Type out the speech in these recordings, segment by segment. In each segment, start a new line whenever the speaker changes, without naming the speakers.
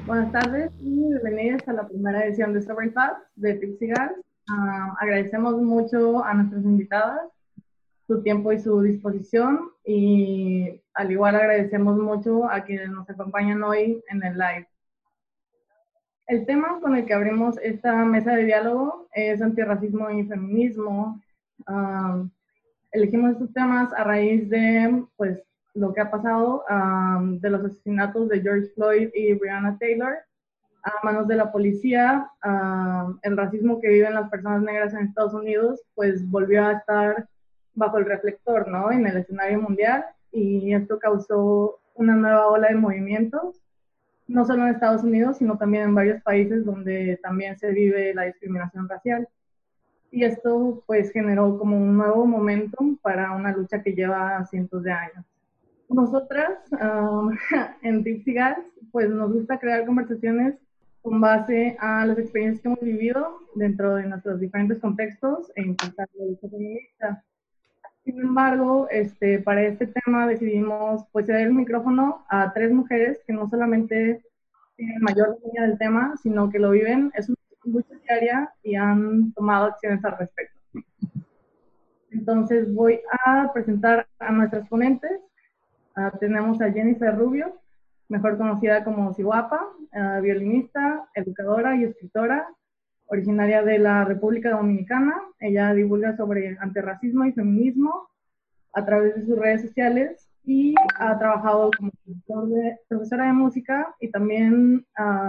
Buenas tardes y bienvenidos a la primera edición de Strawberry Fast de Tips y Gas. Agradecemos mucho a nuestras invitadas su tiempo y su disposición, y al igual agradecemos mucho a quienes nos acompañan hoy en el live. El tema con el que abrimos esta mesa de diálogo es antirracismo y feminismo. Elegimos estos temas a raíz de pues, lo que ha pasado, de los asesinatos de George Floyd y Breonna Taylor a manos de la policía. El racismo que viven las personas negras en Estados Unidos pues volvió a estar bajo el reflector, ¿no?, en el escenario mundial, y esto causó una nueva ola de movimientos, no solo en Estados Unidos, sino también en varios países donde también se vive la discriminación racial. Y esto pues generó como un nuevo momentum para una lucha que lleva cientos de años. Nosotras, en Tips y Gas, pues nos gusta crear conversaciones con base a las experiencias que hemos vivido dentro de nuestros diferentes contextos e impulsar la lucha feminista. Sin embargo, para este tema decidimos pues ceder el micrófono a tres mujeres que no solamente tienen mayor dominio del tema, sino que lo viven, es una lucha diaria y han tomado acciones al respecto. Entonces voy a presentar a nuestras ponentes. Tenemos a Jennifer Rubio, mejor conocida como Sihuapa, violinista, educadora y escritora, originaria de la República Dominicana. Ella divulga sobre antirracismo y feminismo a través de sus redes sociales y ha trabajado como profesora de música, y también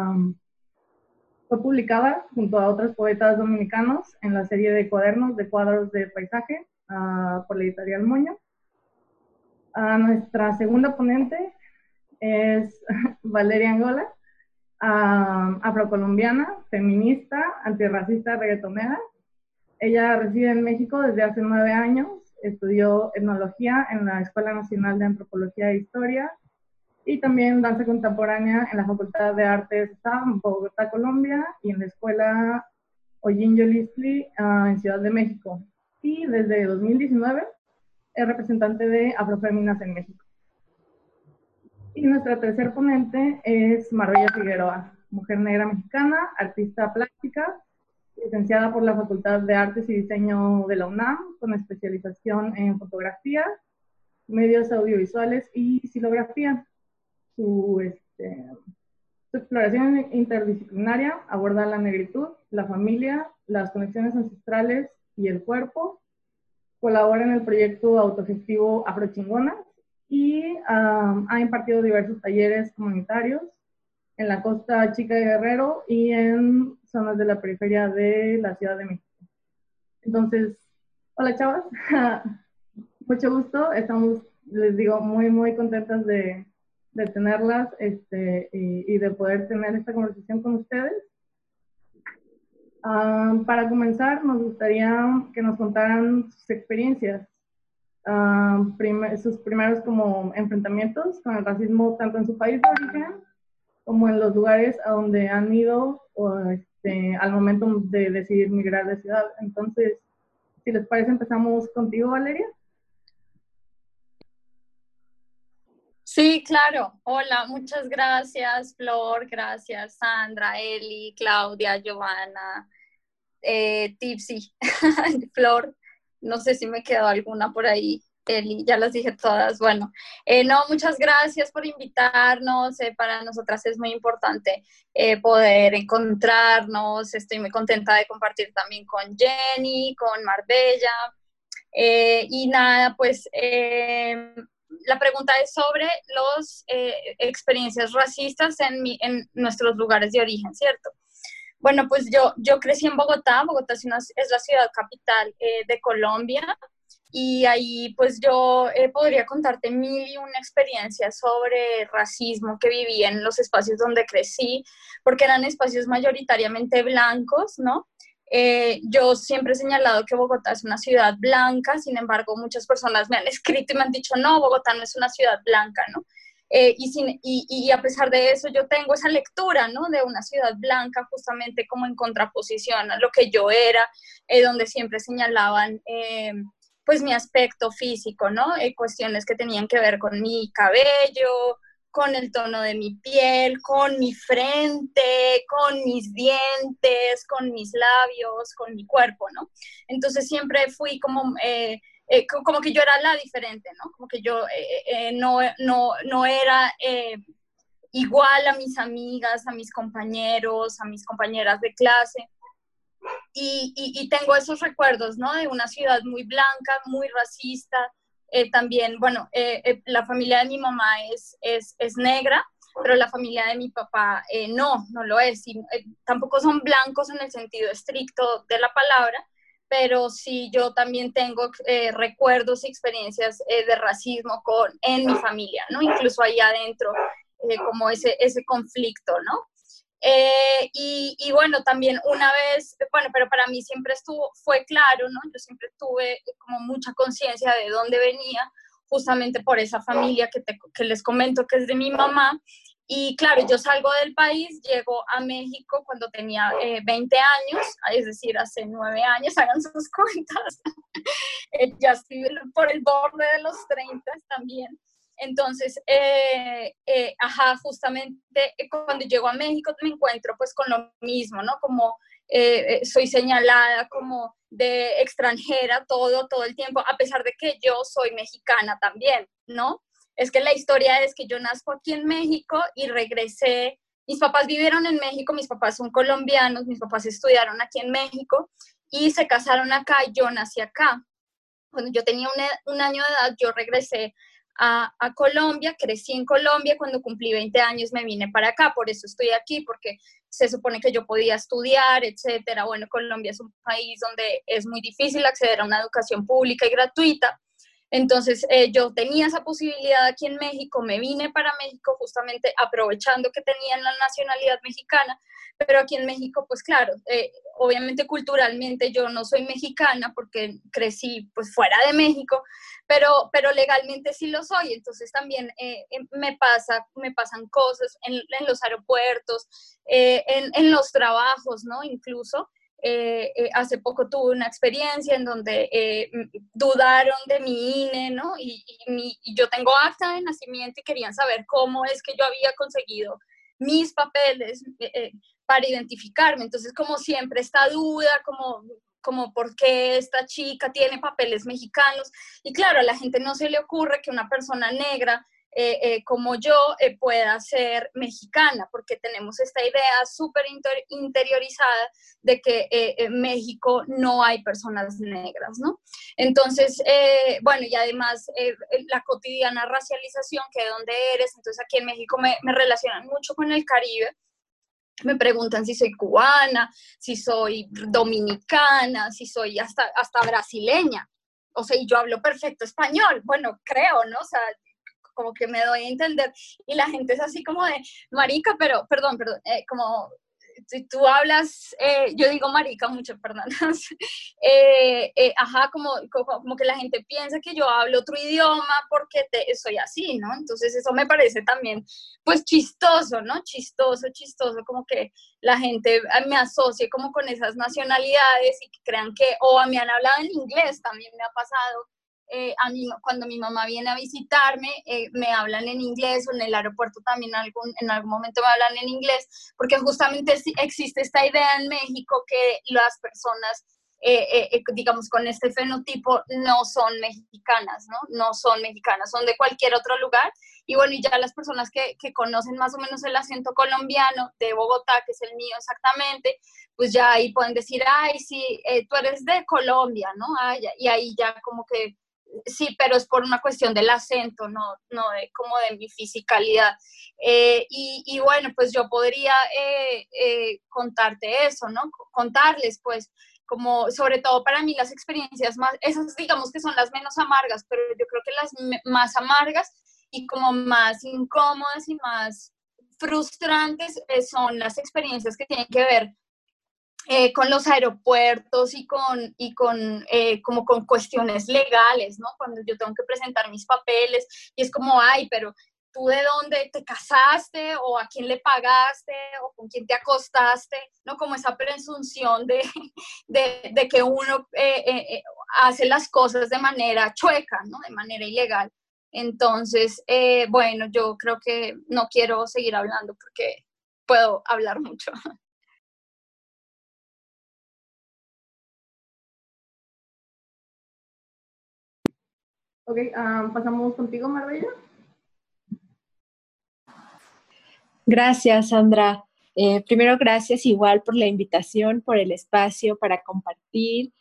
fue publicada junto a otros poetas dominicanos en la serie de cuadernos de cuadros de paisaje por la editorial Moño. Nuestra segunda ponente es Valeria Angola, afrocolombiana, feminista, antirracista, reggaetonera. Ella reside en México desde hace 9 años, estudió etnología en la Escuela Nacional de Antropología e Historia y también danza contemporánea en la Facultad de Artes SAM, Bogotá, Colombia, y en la Escuela Ollin Yolisli en Ciudad de México. Y desde 2019 es representante de Afroféminas en México. Y nuestra tercer ponente es Marbella Figueroa, mujer negra mexicana, artista plástica, licenciada por la Facultad de Artes y Diseño de la UNAM, con especialización en fotografía, medios audiovisuales y xilografía. Su exploración interdisciplinaria aborda la negritud, la familia, las conexiones ancestrales y el cuerpo. Colabora en el proyecto autogestivo Afrochingona y ha impartido diversos talleres comunitarios en la Costa Chica de Guerrero y en zonas de la periferia de la Ciudad de México. Entonces, hola chavas, mucho gusto, estamos, les digo, muy contentas de tenerlas y de poder tener esta conversación con ustedes. Para comenzar, nos gustaría que nos contaran sus experiencias, sus primeros como enfrentamientos con el racismo, tanto en su país de origen como en los lugares a donde han ido al momento de decidir migrar de ciudad. Entonces, si les parece, empezamos contigo, Valeria.
Sí, claro. Hola, muchas gracias, Flor, gracias, Sandra, Eli, Claudia, Giovanna, Tipsy, Flor, no sé si me quedó alguna por ahí. Eli, ya las dije todas. Bueno, no, muchas gracias por invitarnos. Para nosotras es muy importante poder encontrarnos. Estoy muy contenta de compartir también con Jenny, con Marbella. Y nada, pues la pregunta es sobre las experiencias racistas en nuestros lugares de origen, ¿cierto? Bueno, pues yo crecí en Bogotá. Bogotá es la ciudad capital de Colombia, y ahí pues yo podría contarte mil y una experiencias sobre racismo que viví en los espacios donde crecí, porque eran espacios mayoritariamente blancos, ¿no? Yo siempre he señalado que Bogotá es una ciudad blanca. Sin embargo, muchas personas me han escrito y me han dicho, no, Bogotá no es una ciudad blanca, ¿no? Y a pesar de eso, yo tengo esa lectura, ¿no?, de una ciudad blanca, justamente como en contraposición a lo que yo era, donde siempre señalaban pues mi aspecto físico, ¿no? Cuestiones que tenían que ver con mi cabello, con el tono de mi piel, con mi frente, con mis dientes, con mis labios, con mi cuerpo, ¿no? Entonces siempre fui como que yo era la diferente, ¿no? Como que yo no era igual a mis amigas, a mis compañeros, a mis compañeras de clase. Y tengo esos recuerdos, ¿no? De una ciudad muy blanca, muy racista. También, bueno, la familia de mi mamá es negra, pero la familia de mi papá no lo es. Y, tampoco son blancos en el sentido estricto de la palabra, pero sí yo también tengo recuerdos y experiencias de racismo en mi familia, ¿no? Incluso ahí adentro, como ese conflicto, ¿no? Y bueno, también una vez, bueno, pero para mí siempre fue claro, ¿no? Yo siempre tuve como mucha conciencia de dónde venía, justamente por esa familia que les comento que es de mi mamá. Y claro, yo salgo del país, llego a México cuando tenía 20 años, es decir, hace 9 años, hagan sus cuentas. Ya estoy por el borde de los 30 también. Entonces, justamente cuando llego a México me encuentro pues con lo mismo, ¿no? Como soy señalada como de extranjera todo el tiempo, a pesar de que yo soy mexicana también, ¿no? Es que la historia es que yo nazco aquí en México y regresé. Mis papás vivieron en México, mis papás son colombianos, mis papás estudiaron aquí en México y se casaron acá y yo nací acá. Cuando yo tenía un año de edad, yo regresé a Colombia, crecí en Colombia, cuando cumplí 20 años me vine para acá, por eso estoy aquí, porque se supone que yo podía estudiar, etcétera. Bueno, Colombia es un país donde es muy difícil acceder a una educación pública y gratuita. Entonces, yo tenía esa posibilidad aquí en México, me vine para México justamente aprovechando que tenía la nacionalidad mexicana, pero aquí en México, pues claro, obviamente culturalmente yo no soy mexicana porque crecí pues fuera de México, pero legalmente sí lo soy. Entonces también me pasan cosas en los aeropuertos, en los trabajos, ¿no? Incluso. Hace poco tuve una experiencia en donde dudaron de mi INE, ¿no? Y yo tengo acta de nacimiento y querían saber cómo es que yo había conseguido mis papeles para identificarme. Entonces, como siempre, esta duda, como por qué esta chica tiene papeles mexicanos. Y claro, a la gente no se le ocurre que una persona negra como yo pueda ser mexicana, porque tenemos esta idea súper interiorizada de que en México no hay personas negras, ¿no? Entonces, bueno, y además la cotidiana racialización, que de dónde eres. Entonces aquí en México me relacionan mucho con el Caribe. Me preguntan si soy cubana, si soy dominicana, si soy hasta brasileña. O sea, y yo hablo perfecto español. Bueno, creo, ¿no? O sea, como que me doy a entender. Y la gente es así como de, marica, pero, perdón, como si tú hablas, yo digo marica mucho, perdón. Como que la gente piensa que yo hablo otro idioma porque soy así, ¿no? Entonces eso me parece también, pues chistoso, ¿no? Chistoso, como que la gente me asocie como con esas nacionalidades y que crean que, o a mí han hablado en inglés, también me ha pasado. A mí, cuando mi mamá viene a visitarme, me hablan en inglés, o en el aeropuerto también en algún momento me hablan en inglés, porque justamente existe esta idea en México que las personas, digamos, con este fenotipo no son mexicanas, ¿no? No son mexicanas, son de cualquier otro lugar. Y bueno, y ya las personas que conocen más o menos el acento colombiano de Bogotá, que es el mío exactamente, pues ya ahí pueden decir, ay, sí, tú eres de Colombia, ¿no? Y ahí ya como que sí, pero es por una cuestión del acento, no como de mi fisicalidad. Y bueno, pues yo podría contarte eso, ¿no? Contarles, pues, como sobre todo para mí las experiencias más, esas digamos que son las menos amargas, pero yo creo que las más amargas y como más incómodas y más frustrantes son las experiencias que tienen que ver con los aeropuertos como con cuestiones legales, ¿no? Cuando yo tengo que presentar mis papeles y es como, ay, pero ¿tú de dónde te casaste? ¿O a quién le pagaste? ¿O con quién te acostaste? ¿No? Como esa presunción de que uno hace las cosas de manera chueca, ¿no? De manera ilegal. Entonces, bueno, yo creo que no quiero seguir hablando porque puedo hablar mucho.
Ok, pasamos contigo, Marbella.
Gracias, Sandra. Primero, gracias igual por la invitación, por el espacio para compartir,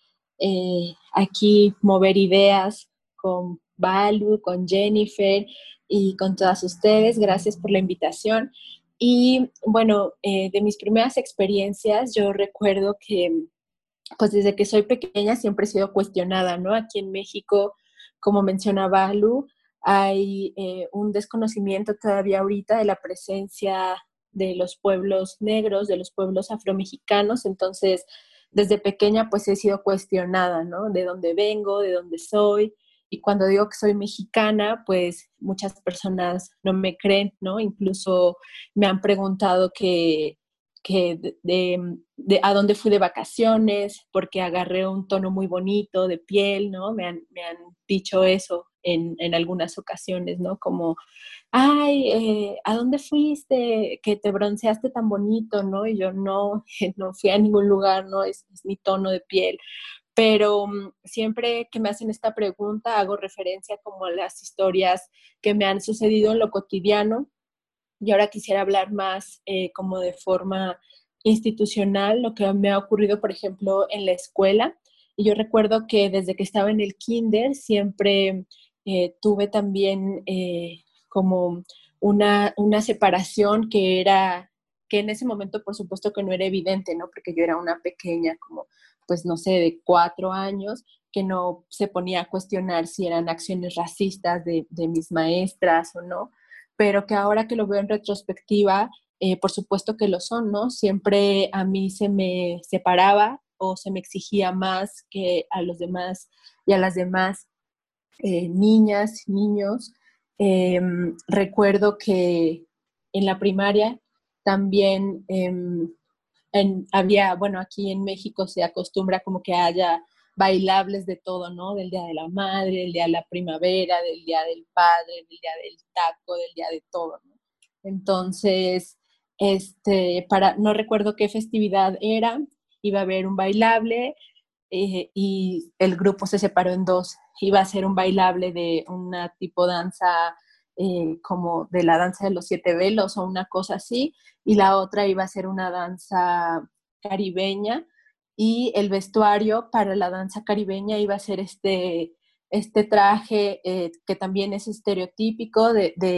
aquí mover ideas con Balu, con Jennifer y con todas ustedes. Gracias por la invitación. Y bueno, de mis primeras experiencias, yo recuerdo que pues desde que soy pequeña siempre he sido cuestionada, ¿no? Aquí en México, como mencionaba Lu, hay un desconocimiento todavía ahorita de la presencia de los pueblos negros, de los pueblos afromexicanos, entonces desde pequeña pues he sido cuestionada, ¿no? De dónde vengo, de dónde soy, y cuando digo que soy mexicana, pues muchas personas no me creen, ¿no? Incluso me han preguntado que de a dónde fui de vacaciones, porque agarré un tono muy bonito de piel, ¿no? Me han dicho eso en algunas ocasiones, ¿no? Como, ay, ¿a dónde fuiste? Que te bronceaste tan bonito, ¿no? Y yo no, no fui a ningún lugar, ¿no? Es mi tono de piel. Pero siempre que me hacen esta pregunta hago referencia como a las historias que me han sucedido en lo cotidiano, y ahora quisiera hablar más como de forma institucional, lo que me ha ocurrido, por ejemplo, en la escuela. Y yo recuerdo que desde que estaba en el kinder siempre tuve también como una separación que en ese momento por supuesto que no era evidente, ¿no? Porque yo era una pequeña, como pues no sé, de 4 años, que no se ponía a cuestionar si eran acciones racistas de mis maestras o no, pero que ahora que lo veo en retrospectiva, por supuesto que lo son, ¿no? Siempre a mí se me separaba o se me exigía más que a los demás y a las demás niñas, niños. Recuerdo que en la primaria también había, bueno, aquí en México se acostumbra como que haya bailables de todo, ¿no? Del Día de la Madre, del Día de la Primavera, del Día del Padre, del Día del Taco, del Día de todo, ¿no? Entonces, no recuerdo qué festividad era, iba a haber un bailable y el grupo se separó en dos. Iba a ser un bailable de una tipo danza como de la danza de los siete velos o una cosa así, y la otra iba a ser una danza caribeña, y el vestuario para la danza caribeña iba a ser este traje que también es estereotípico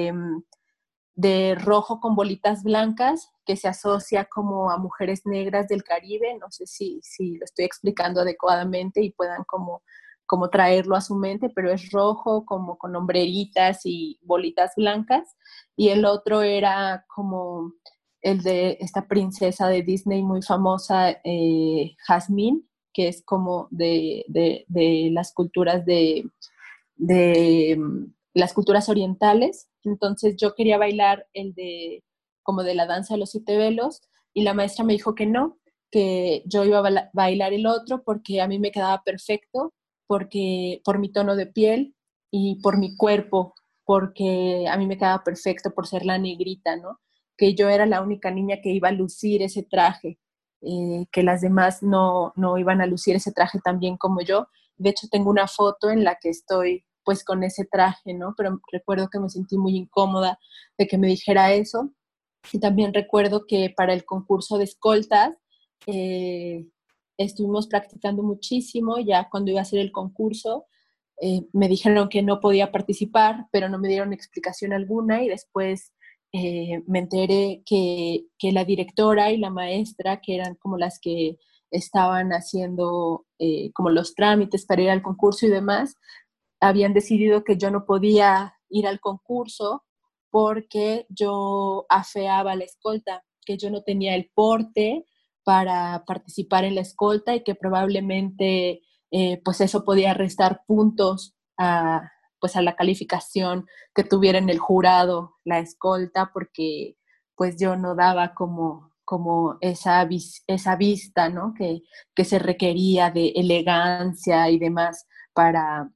de rojo con bolitas blancas, que se asocia como a mujeres negras del Caribe. No sé si lo estoy explicando adecuadamente y puedan como traerlo a su mente, pero es rojo como con hombreritas y bolitas blancas. Y el otro era como el de esta princesa de Disney muy famosa, Jasmine, que es como de las culturas de las culturas orientales. Entonces yo quería bailar como de la danza de los siete velos, y la maestra me dijo que no, que yo iba a bailar el otro porque a mí me quedaba perfecto, porque por mi tono de piel y por mi cuerpo, porque a mí me quedaba perfecto por ser la negrita, ¿no? Que yo era la única niña que iba a lucir ese traje, que las demás no iban a lucir ese traje tan bien como yo. De hecho, tengo una foto en la que estoy pues con ese traje, ¿no? Pero recuerdo que me sentí muy incómoda de que me dijera eso. Y también recuerdo que para el concurso de escoltas eh, estuvimos practicando muchísimo. Ya cuando iba a hacer el concurso me dijeron que no podía participar, pero no me dieron explicación alguna, y después me enteré que la directora y la maestra, que eran como las que estaban haciendo como los trámites para ir al concurso y demás, habían decidido que yo no podía ir al concurso porque yo afeaba la escolta, que yo no tenía el porte para participar en la escolta, y que probablemente pues eso podía restar puntos pues a la calificación que tuviera en el jurado la escolta, porque pues yo no daba como esa vista, ¿no? Que se requería de elegancia y demás para,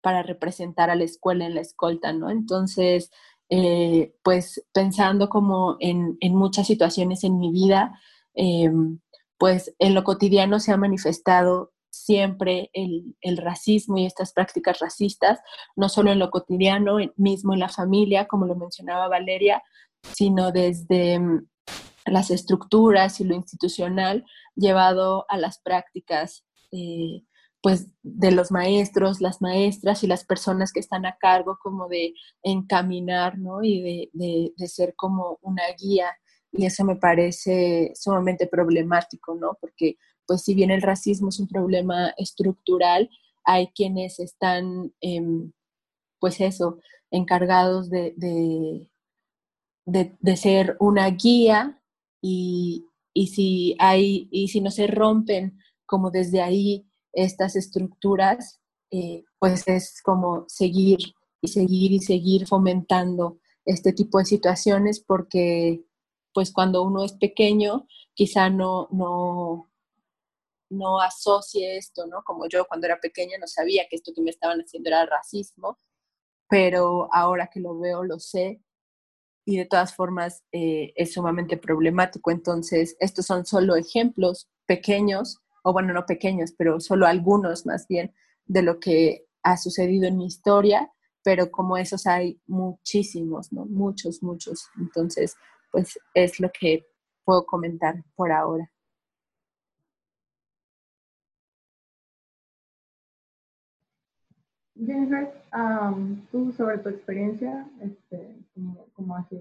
para representar a la escuela en la escolta, ¿no? Entonces, pues pensando como en muchas situaciones en mi vida, pues en lo cotidiano se ha manifestado siempre el racismo y estas prácticas racistas, no solo en lo cotidiano, mismo en la familia, como lo mencionaba Valeria, sino desde las estructuras y lo institucional llevado a las prácticas pues de los maestros, las maestras y las personas que están a cargo como de encaminar, ¿no? Y de ser como una guía. Y eso me parece sumamente problemático, ¿no? Porque pues si bien el racismo es un problema estructural, hay quienes están, pues eso, encargados de ser una guía y si no se rompen como desde ahí estas estructuras, pues es como seguir y seguir y seguir fomentando este tipo de situaciones porque pues cuando uno es pequeño quizá no asocie esto, ¿no? Como yo cuando era pequeña no sabía que esto que me estaban haciendo era racismo, pero ahora que lo veo lo sé y de todas formas es sumamente problemático. Entonces, estos son solo ejemplos pequeños, o bueno, no pequeños, pero solo algunos más bien de lo que ha sucedido en mi historia, pero como esos hay muchísimos, ¿no? Muchos, muchos. Entonces, pues es lo que puedo comentar por ahora.
Jennifer, tú sobre tu experiencia, ¿cómo ha sido?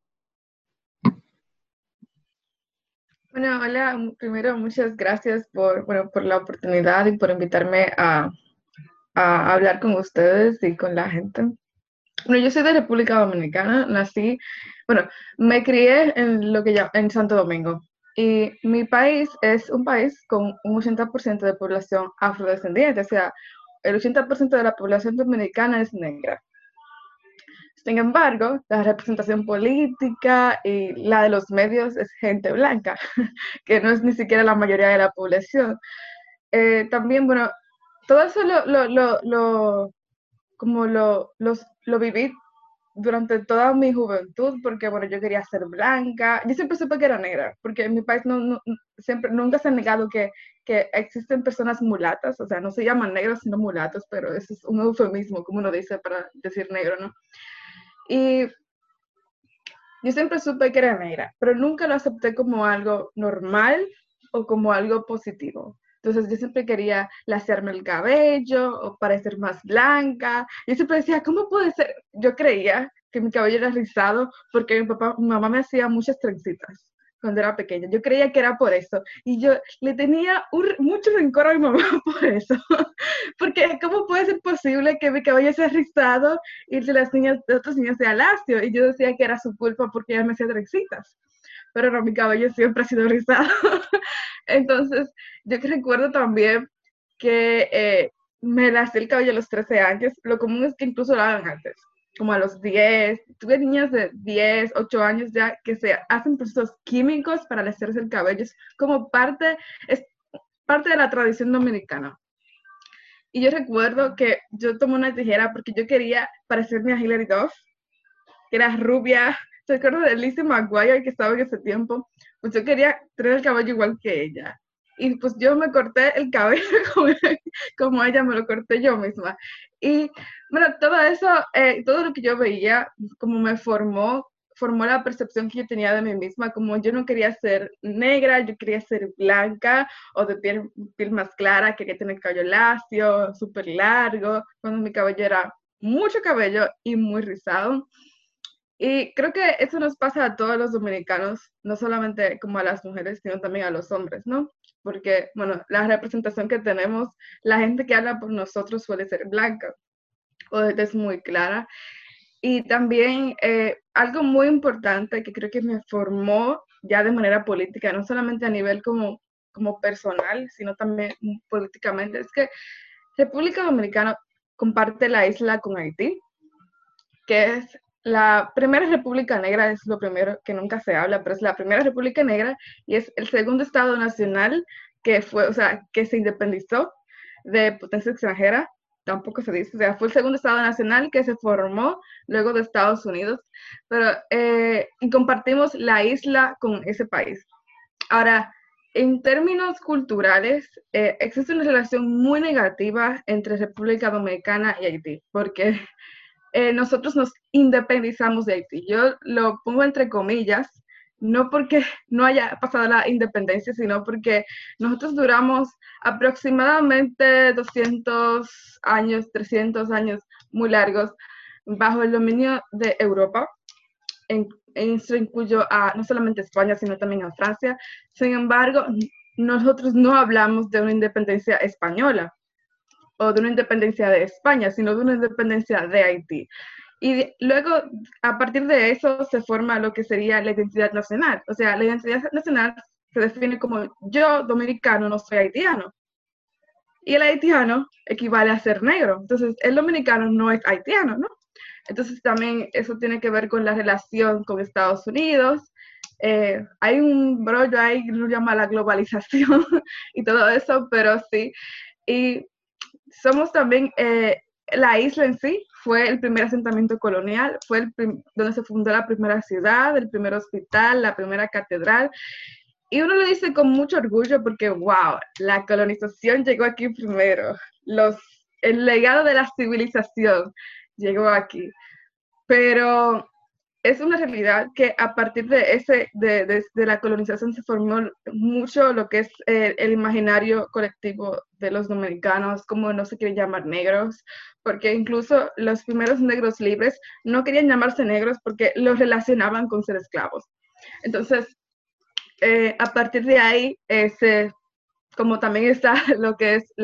Bueno, hola, primero muchas gracias por la oportunidad y por invitarme a hablar con ustedes y con la gente. Bueno, yo soy de República Dominicana, me crié en en Santo Domingo y mi país es un país con un 80% de población afrodescendiente, o sea, el 80% de la población dominicana es negra. Sin embargo, la representación política y la de los medios es gente blanca, que no es ni siquiera la mayoría de la población. También, bueno, todo eso lo viví durante toda mi juventud, porque, bueno, yo quería ser blanca. Yo siempre supe que era negra, porque en mi país nunca se ha negado que existen personas mulatas, o sea, no se llaman negros, sino mulatos, pero eso es un eufemismo, como uno dice, para decir negro, ¿no? Y yo siempre supe que era negra, pero nunca lo acepté como algo normal o como algo positivo. Entonces yo siempre quería lacearme el cabello o parecer más blanca. Yo siempre decía, ¿cómo puede ser? Yo creía que mi cabello era rizado porque mi mamá me hacía muchas trencitas cuando era pequeña. Yo creía que era por eso. Y yo le tenía mucho rencor a mi mamá por eso. Porque ¿cómo puede ser posible que mi cabello sea rizado y de otros niños sea lacio? Y yo decía que era su culpa porque ella me hacía trencitas. Pero no, mi cabello siempre ha sido rizado. Entonces, yo que recuerdo también que me lasté el cabello a los 13 años. Lo común es que incluso lo hagan antes, como a los 10. Tuve niñas de 10, 8 años ya que se hacen procesos químicos para lacerse el cabello. Es parte de la tradición dominicana. Y yo recuerdo que yo tomé una tijera porque yo quería parecerme a Hilary Duff, que era rubia. Recuerdo de Lizzie McGuire, que estaba en ese tiempo. Pues yo quería tener el cabello igual que ella. Y pues yo me corté el cabello como ella me lo corté yo misma. Y bueno, todo eso, todo lo que yo veía, como me formó la percepción que yo tenía de mí misma, como yo no quería ser negra, yo quería ser blanca o de piel más clara, quería tener cabello lacio, súper largo, cuando mi cabello era mucho cabello y muy rizado. Y creo que eso nos pasa a todos los dominicanos, no solamente como a las mujeres, sino también a los hombres, ¿no? Porque, bueno, la representación que tenemos, la gente que habla por nosotros suele ser blanca o es muy clara. Y también algo muy importante que creo que me formó ya de manera política, no solamente a nivel como personal, sino también políticamente, es que República Dominicana comparte la isla con Haití, que es la primera república negra, es lo primero que nunca se habla, pero es la primera república negra y es el segundo estado nacional que fue, o sea, que se independizó de potencia extranjera tampoco se dice, o sea, fue el segundo estado nacional que se formó luego de Estados Unidos, pero y compartimos la isla con ese país. Ahora, en términos culturales, existe una relación muy negativa entre República Dominicana y Haití, porque nosotros nos independizamos de Haití. Yo lo pongo entre comillas, no porque no haya pasado la independencia, sino porque nosotros duramos aproximadamente 200 años, 300 años muy largos bajo el dominio de Europa. Eso incluyó a no solamente España, sino también a Francia. Sin embargo, nosotros no hablamos de una independencia española o de una independencia de España, sino de una independencia de Haití. Y luego, a partir de eso, se forma lo que sería la identidad nacional. O sea, la identidad nacional se define como yo, dominicano, no soy haitiano. Y el haitiano equivale a ser negro. Entonces, el dominicano no es haitiano, ¿no? Entonces, también eso tiene que ver con la relación con Estados Unidos. Hay un brollo ahí que lo llama la globalización y todo eso, pero sí. Y somos también, la isla en sí fue el primer asentamiento colonial, fue donde se fundó la primera ciudad, el primer hospital, la primera catedral. Y uno lo dice con mucho orgullo porque, wow, la colonización llegó aquí primero. El legado de la civilización llegó aquí. Pero es una realidad que a partir de la colonización se formó mucho lo que es el imaginario colectivo de los dominicanos, como no se quieren llamar negros, porque incluso los primeros negros libres no querían llamarse negros porque los relacionaban con ser esclavos. Entonces, a partir de ahí, como también está lo que es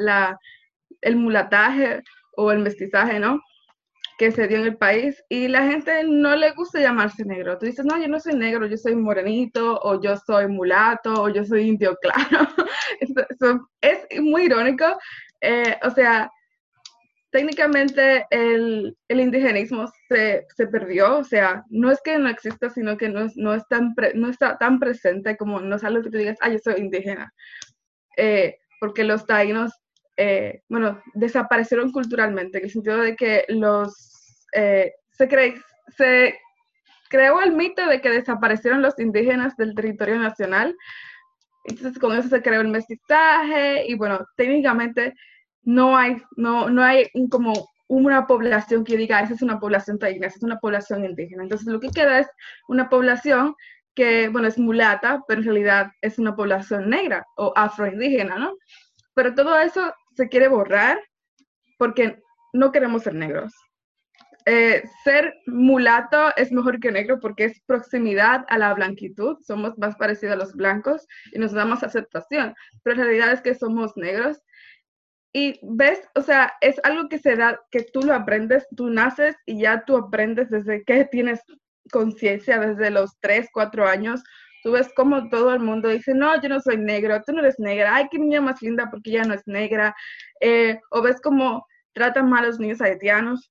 el mulataje o el mestizaje, ¿no?, que se dio en el país, y la gente no le gusta llamarse negro. Tú dices, no, yo no soy negro, yo soy morenito, o yo soy mulato, o yo soy indio claro. Eso es muy irónico. O sea, técnicamente el indigenismo se perdió. O sea, no es que no exista, sino que no está tan presente como no es algo que tú digas, yo soy indígena. Porque los taínos, bueno, desaparecieron culturalmente, en el sentido de que se creó el mito de que desaparecieron los indígenas del territorio nacional. Entonces con eso se creó el mestizaje y bueno, técnicamente no hay como una población que diga, esa es una población taína, esa es una población indígena. Entonces lo que queda es una población que, bueno, es mulata, pero en realidad es una población negra o afroindígena, ¿no? Pero todo eso se quiere borrar porque no queremos ser negros. Ser mulato es mejor que negro porque es proximidad a la blanquitud, somos más parecidos a los blancos y nos da más aceptación, pero la realidad es que somos negros. Y ves, o sea, es algo que se da, que tú lo aprendes, tú naces y ya tú aprendes desde que tienes conciencia, desde los 3, 4 años. Tú ves como todo el mundo dice, no, yo no soy negro, tú no eres negra, ay, qué niña más linda porque ella no es negra. O ves cómo tratan mal a los niños haitianos,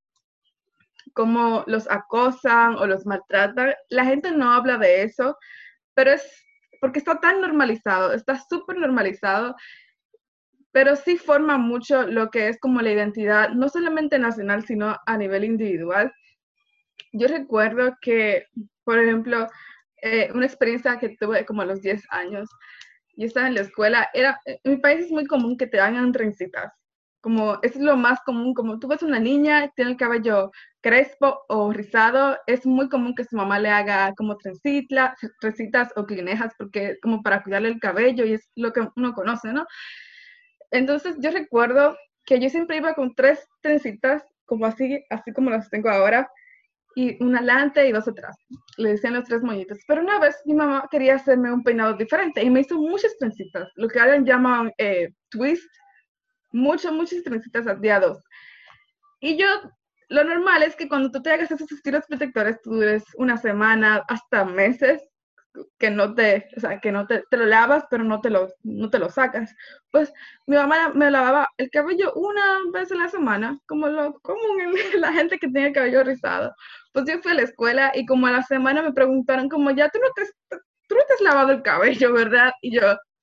cómo los acosan o los maltratan. La gente no habla de eso, pero es porque está tan normalizado, está súper normalizado, pero sí forma mucho lo que es como la identidad, no solamente nacional, sino a nivel individual. Yo recuerdo que, por ejemplo, una experiencia que tuve como a los 10 años, yo estaba en la escuela, en mi país es muy común que te hagan trencitas, como es lo más común, como tú ves una niña, tiene el cabello crespo o rizado, es muy común que su mamá le haga como trencitas o clinejas, porque como para cuidarle el cabello y es lo que uno conoce, ¿no? Entonces yo recuerdo que yo siempre iba con 3 trencitas, como así como las tengo ahora, y una adelante y 2 atrás. Le decían los 3 moñitos. Pero una vez mi mamá quería hacerme un peinado diferente y me hizo muchas trencitas, lo que ahora llaman twist, muchas trencitas al día 2. Y yo, lo normal es que cuando tú te hagas esos estilos protectores, tú dures una semana, hasta meses, que no te lo lavas, pero no te lo sacas. Pues mi mamá me lavaba el cabello una vez a la semana, como lo común en la gente que tiene el cabello rizado. Pues yo fui a la escuela y como a la semana me preguntaron como, ya tú no te has lavado el cabello, ¿verdad? Y yo,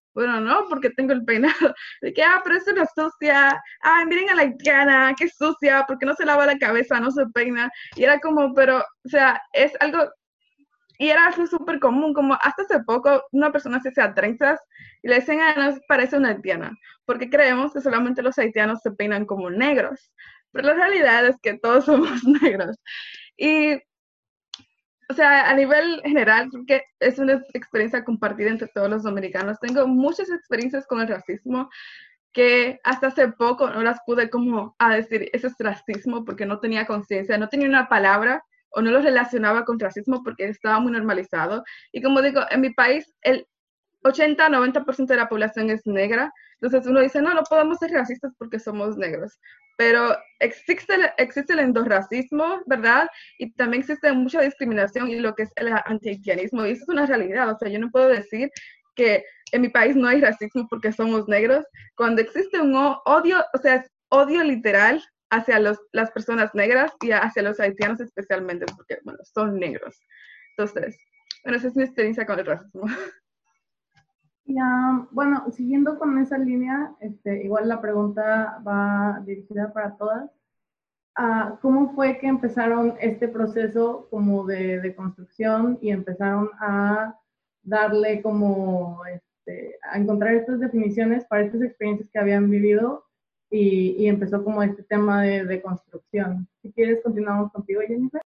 Bueno, no, porque tengo el peinado. De que, pero es una sucia. Ay, miren a la haitiana, qué sucia, porque no se lava la cabeza, no se peina. Y era como, pero, o sea, es algo, y era algo súper común, como hasta hace poco una persona se hacía trenzas y le decían, nos parece una haitiana, porque creemos que solamente los haitianos se peinan como negros. Pero la realidad es que todos somos negros. Y o sea, a nivel general, creo que es una experiencia compartida entre todos los dominicanos. Tengo muchas experiencias con el racismo que hasta hace poco no las pude como a decir, eso es racismo, porque no tenía conciencia, no tenía una palabra o no lo relacionaba con racismo porque estaba muy normalizado. Y como digo, en mi país el 80-90% de la población es negra, entonces uno dice, no, no podemos ser racistas porque somos negros, pero existe el endorracismo, ¿verdad? Y también existe mucha discriminación y lo que es el antihaitianismo, y eso es una realidad, o sea, yo no puedo decir que en mi país no hay racismo porque somos negros, cuando existe un odio, o sea, es odio literal hacia las personas negras y hacia los haitianos especialmente, porque, bueno, son negros. Entonces, bueno, esa es mi experiencia con el racismo.
Y, bueno, siguiendo con esa línea, igual la pregunta va dirigida para todas. ¿Cómo fue que empezaron este proceso como de construcción y empezaron a darle como, a encontrar estas definiciones para estas experiencias que habían vivido y empezó como este tema de construcción? Si quieres, continuamos contigo, Jennifer.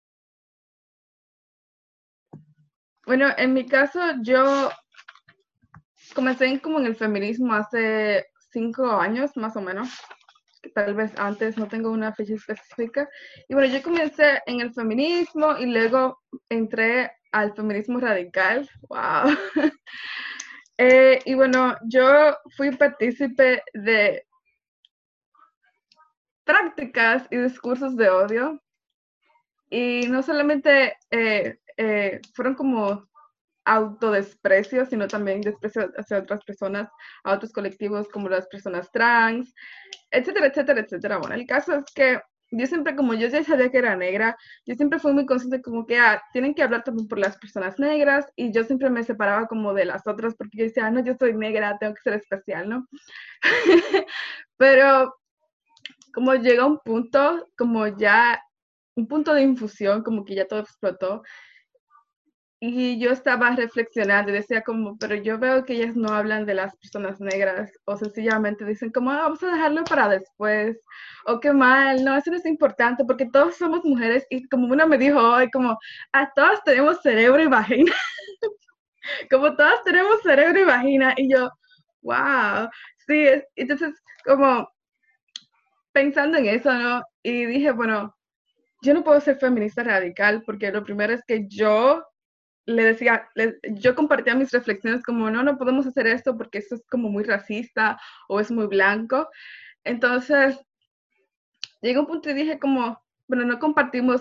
Bueno, en mi caso, yo comencé como en el feminismo hace 5 años, más o menos, que tal vez antes, no tengo una fecha específica. Y bueno, yo comencé en el feminismo y luego entré al feminismo radical. ¡Wow! Y bueno, yo fui partícipe de prácticas y discursos de odio. Y no solamente fueron como autodesprecio, sino también desprecio hacia otras personas, a otros colectivos como las personas trans, etcétera, etcétera, etcétera. Bueno, el caso es que yo siempre, como yo ya sabía que era negra, yo siempre fui muy consciente como que tienen que hablar también por las personas negras y yo siempre me separaba como de las otras porque yo decía, no, yo soy negra, tengo que ser especial, ¿no? Pero como llega un punto, como ya un punto de infusión, como que ya todo explotó. Y yo estaba reflexionando y decía como, pero yo veo que ellas no hablan de las personas negras o sencillamente dicen como, vamos a dejarlo para después, o qué mal, no, eso no es importante porque todos somos mujeres y como una me dijo hoy, como, todas tenemos cerebro y vagina, como todas tenemos cerebro y vagina y yo, wow, sí, entonces como pensando en eso, ¿no? Y dije, bueno, yo no puedo ser feminista radical porque lo primero es que yo le decía, yo compartía mis reflexiones como, no, no podemos hacer esto porque esto es como muy racista o es muy blanco. Entonces, llegué a un punto y dije como, bueno, no compartimos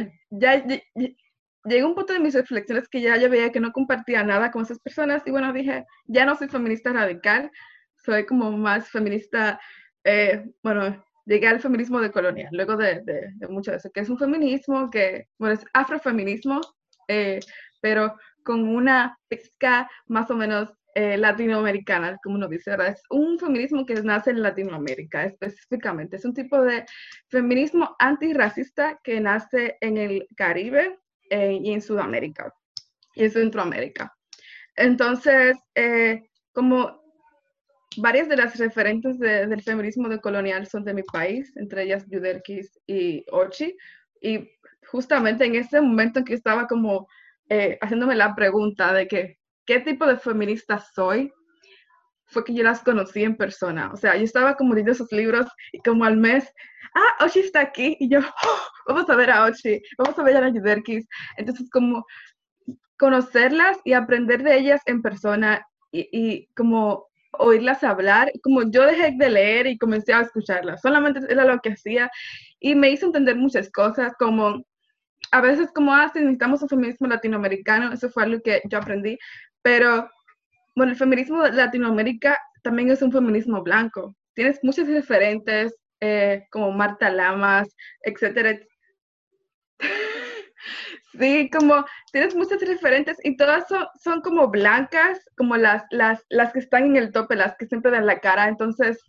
llegué a un punto de mis reflexiones que ya yo veía que no compartía nada con esas personas y bueno, dije, ya no soy feminista radical, soy como más feminista, bueno, llegué al feminismo decolonial, luego de mucho de eso, que es un feminismo que, bueno, es afrofeminismo, pero con una pizca más o menos latinoamericana, como uno dice, ¿verdad? Es un feminismo que nace en Latinoamérica específicamente. Es un tipo de feminismo antirracista que nace en el Caribe y en Sudamérica y en Centroamérica. Entonces, como varias de las referentes del feminismo decolonial son de mi país, entre ellas Yuderkis y Ochi, y justamente en ese momento en que estaba como haciéndome la pregunta de que, ¿qué tipo de feminista soy? Fue que yo las conocí en persona. O sea, yo estaba como leyendo sus libros y como al mes, Ochi está aquí. Y yo, vamos a ver a Ochi, vamos a ver a Yuderkis. Entonces, como conocerlas y aprender de ellas en persona y como oírlas hablar, como yo dejé de leer y comencé a escucharlas. Solamente era lo que hacía y me hizo entender muchas cosas, como a veces como, si necesitamos un feminismo latinoamericano, eso fue algo que yo aprendí, pero bueno, el feminismo de Latinoamérica también es un feminismo blanco. Tienes muchos referentes como Marta Lamas, etcétera. Sí, como tienes muchas referentes y todas son como blancas, como las que están en el tope, las que siempre dan la cara. Entonces,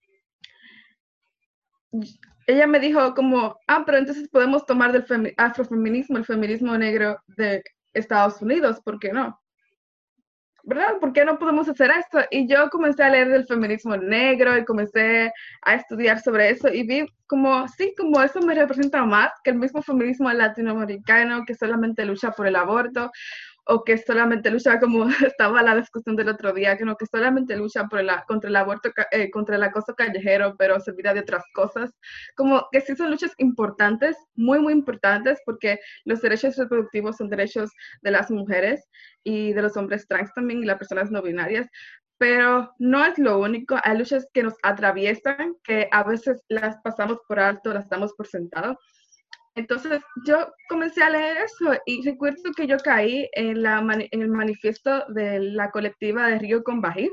ella me dijo como, pero entonces podemos tomar del afrofeminismo, el feminismo negro de Estados Unidos, ¿por qué no? ¿Verdad? ¿Por qué no podemos hacer esto? Y yo comencé a leer del feminismo negro y comencé a estudiar sobre eso y vi como, sí, como eso me representa más que el mismo feminismo latinoamericano que solamente lucha por el aborto o que solamente lucha, como estaba la discusión del otro día, que no, que solamente lucha contra el aborto, contra el acoso callejero, pero se olvida de otras cosas. Como que sí son luchas importantes, muy, muy importantes, porque los derechos reproductivos son derechos de las mujeres y de los hombres trans también y las personas no binarias, pero no es lo único. Hay luchas que nos atraviesan, que a veces las pasamos por alto, las damos por sentado. Entonces yo comencé a leer eso y recuerdo que yo caí en el manifiesto de la colectiva de Río con Bají,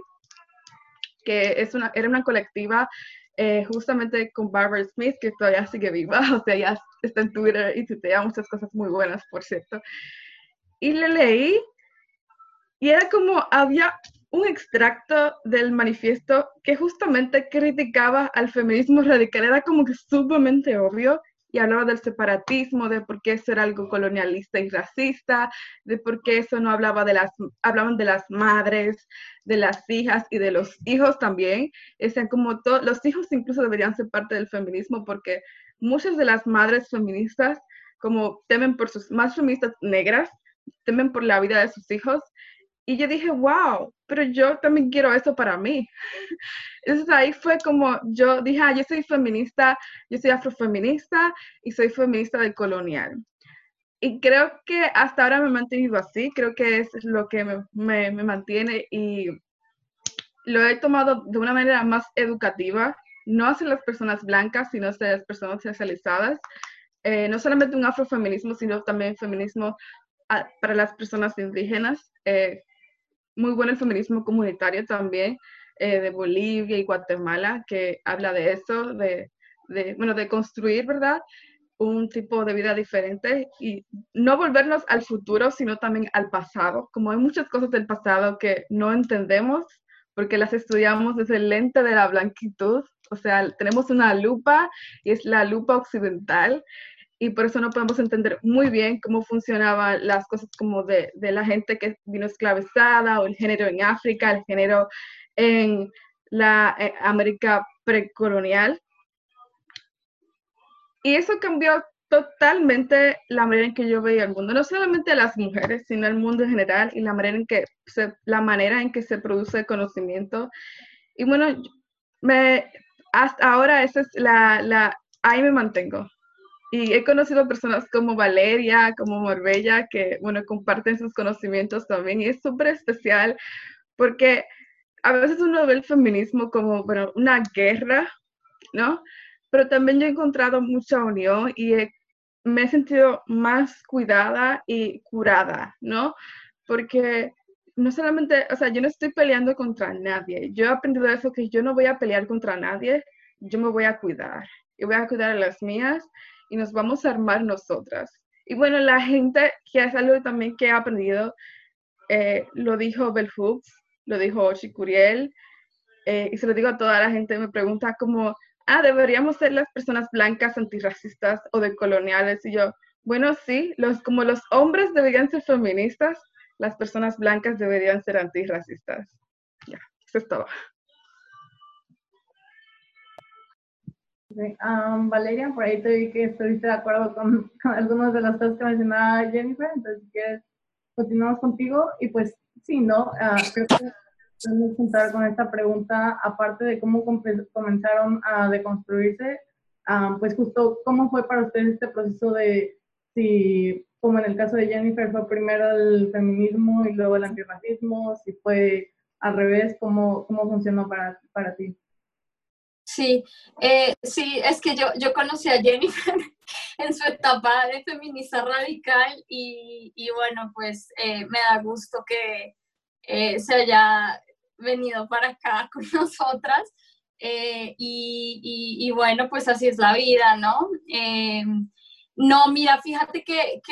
que era una colectiva justamente con Barbara Smith, que todavía sigue viva, o sea, ya está en Twitter y tuitea muchas cosas muy buenas, por cierto. Y le leí y era como, había un extracto del manifiesto que justamente criticaba al feminismo radical, era como que sumamente obvio, y hablaba del separatismo, de por qué eso era algo colonialista y racista, de por qué eso no hablaba hablaban de las madres, de las hijas y de los hijos también. Decían como los hijos incluso deberían ser parte del feminismo, porque muchas de las madres feministas, como temen por más feministas negras, temen por la vida de sus hijos, y yo dije, wow, pero yo también quiero eso para mí. Entonces ahí fue como yo dije, yo soy feminista, yo soy afrofeminista y soy feminista decolonial. Y creo que hasta ahora me he mantenido así, creo que es lo que me mantiene y lo he tomado de una manera más educativa, no hacia las personas blancas, sino hacia las personas racializadas. No solamente un afrofeminismo, sino también feminismo para las personas indígenas. Muy bueno el feminismo comunitario también, de Bolivia y Guatemala, que habla de eso, de construir, ¿verdad? Un tipo de vida diferente y no volvernos al futuro, sino también al pasado. Como hay muchas cosas del pasado que no entendemos porque las estudiamos desde el lente de la blanquitud, o sea, tenemos una lupa y es la lupa occidental y por eso no podemos entender muy bien cómo funcionaban las cosas como de la gente que vino esclavizada o el género en África, el género en la América precolonial. Y eso cambió totalmente la manera en que yo veía el mundo, no solamente a las mujeres, sino el mundo en general y la manera en que se produce conocimiento. Y bueno, hasta ahora esa es ahí me mantengo. Y he conocido personas como Valeria, como Marbella, que, bueno, comparten sus conocimientos también. Y es súper especial porque a veces uno ve el feminismo como, bueno, una guerra, ¿no? Pero también yo he encontrado mucha unión y me he sentido más cuidada y curada, ¿no? Porque no solamente, o sea, yo no estoy peleando contra nadie. Yo he aprendido eso, que yo no voy a pelear contra nadie, yo me voy a cuidar. Y voy a cuidar a las mías y nos vamos a armar nosotras. Y bueno, la gente, que es algo también que he aprendido, lo dijo Bell Hooks, lo dijo Chicuriel, y se lo digo a toda la gente, me pregunta como, deberíamos ser las personas blancas antirracistas o decoloniales. Y yo, bueno, sí, como los hombres deberían ser feministas, las personas blancas deberían ser antirracistas. Ya, eso es todo.
Okay. Valeria, por ahí te vi que estuviste de acuerdo con algunas de las cosas que mencionaba Jennifer, entonces si quieres continuamos contigo y pues sí, ¿no? Creo que podemos contar con esta pregunta, aparte de cómo comenzaron a deconstruirse, pues justo cómo fue para ustedes este proceso de si, como en el caso de Jennifer, fue primero el feminismo y luego el antirracismo, si fue al revés, cómo funcionó para ti.
Sí, sí, es que yo conocí a Jennifer en su etapa de feminista radical y bueno, pues me da gusto que se haya venido para acá con nosotras y bueno, pues así es la vida, ¿no? No, mira, fíjate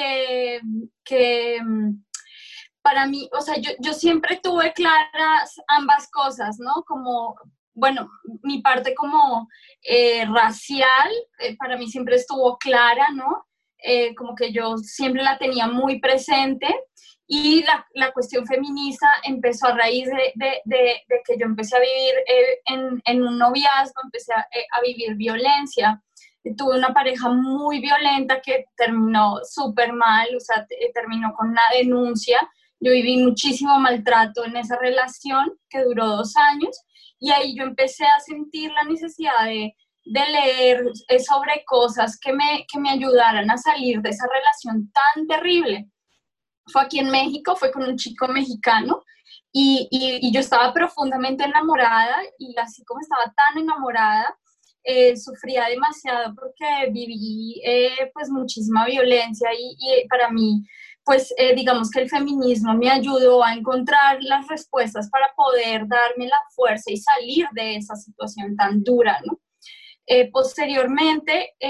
que para mí, o sea, yo siempre tuve claras ambas cosas, ¿no? Como, bueno, mi parte como racial, para mí siempre estuvo clara, ¿no? Como que yo siempre la tenía muy presente, y la cuestión feminista empezó a raíz de que yo empecé a vivir en un noviazgo, empecé a vivir violencia. Tuve una pareja muy violenta que terminó súper mal, o sea, terminó con una denuncia. Yo viví muchísimo maltrato en esa relación que duró 2 años, y ahí yo empecé a sentir la necesidad de leer sobre cosas que me ayudaran a salir de esa relación tan terrible. Fue aquí en México, fue con un chico mexicano, y yo estaba profundamente enamorada, y así como estaba tan enamorada, sufría demasiado porque viví pues muchísima violencia, y para mí pues digamos que el feminismo me ayudó a encontrar las respuestas para poder darme la fuerza y salir de esa situación tan dura, ¿no? Posteriormente,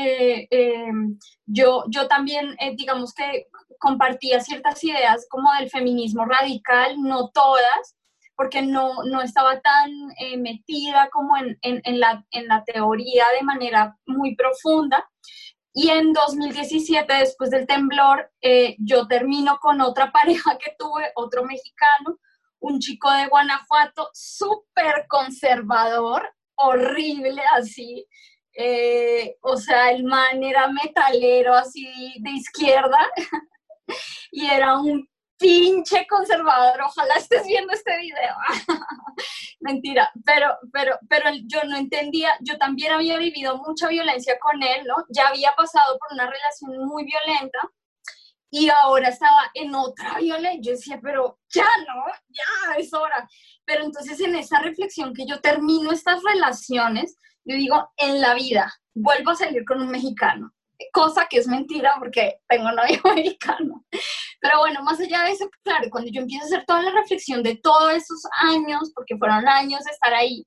yo también, digamos que compartía ciertas ideas como del feminismo radical, no todas, porque no estaba tan metida como en la teoría de manera muy profunda. Y en 2017, después del temblor, yo termino con otra pareja que tuve, otro mexicano, un chico de Guanajuato, súper conservador, horrible así. O sea, el man era metalero así de izquierda, y era un pinche conservador. Ojalá estés viendo este video. Mentira, pero yo no entendía, yo también había vivido mucha violencia con él, ¿no? Ya había pasado por una relación muy violenta, y ahora estaba en otra violencia. Yo decía, pero ya no, ya es hora. Pero entonces en esa reflexión que yo termino estas relaciones, yo digo, en la vida vuelvo a salir con un mexicano, cosa que es mentira porque tengo novio americano. Pero bueno, más allá de eso, claro, cuando yo empiezo a hacer toda la reflexión de todos esos años, porque fueron años de estar ahí,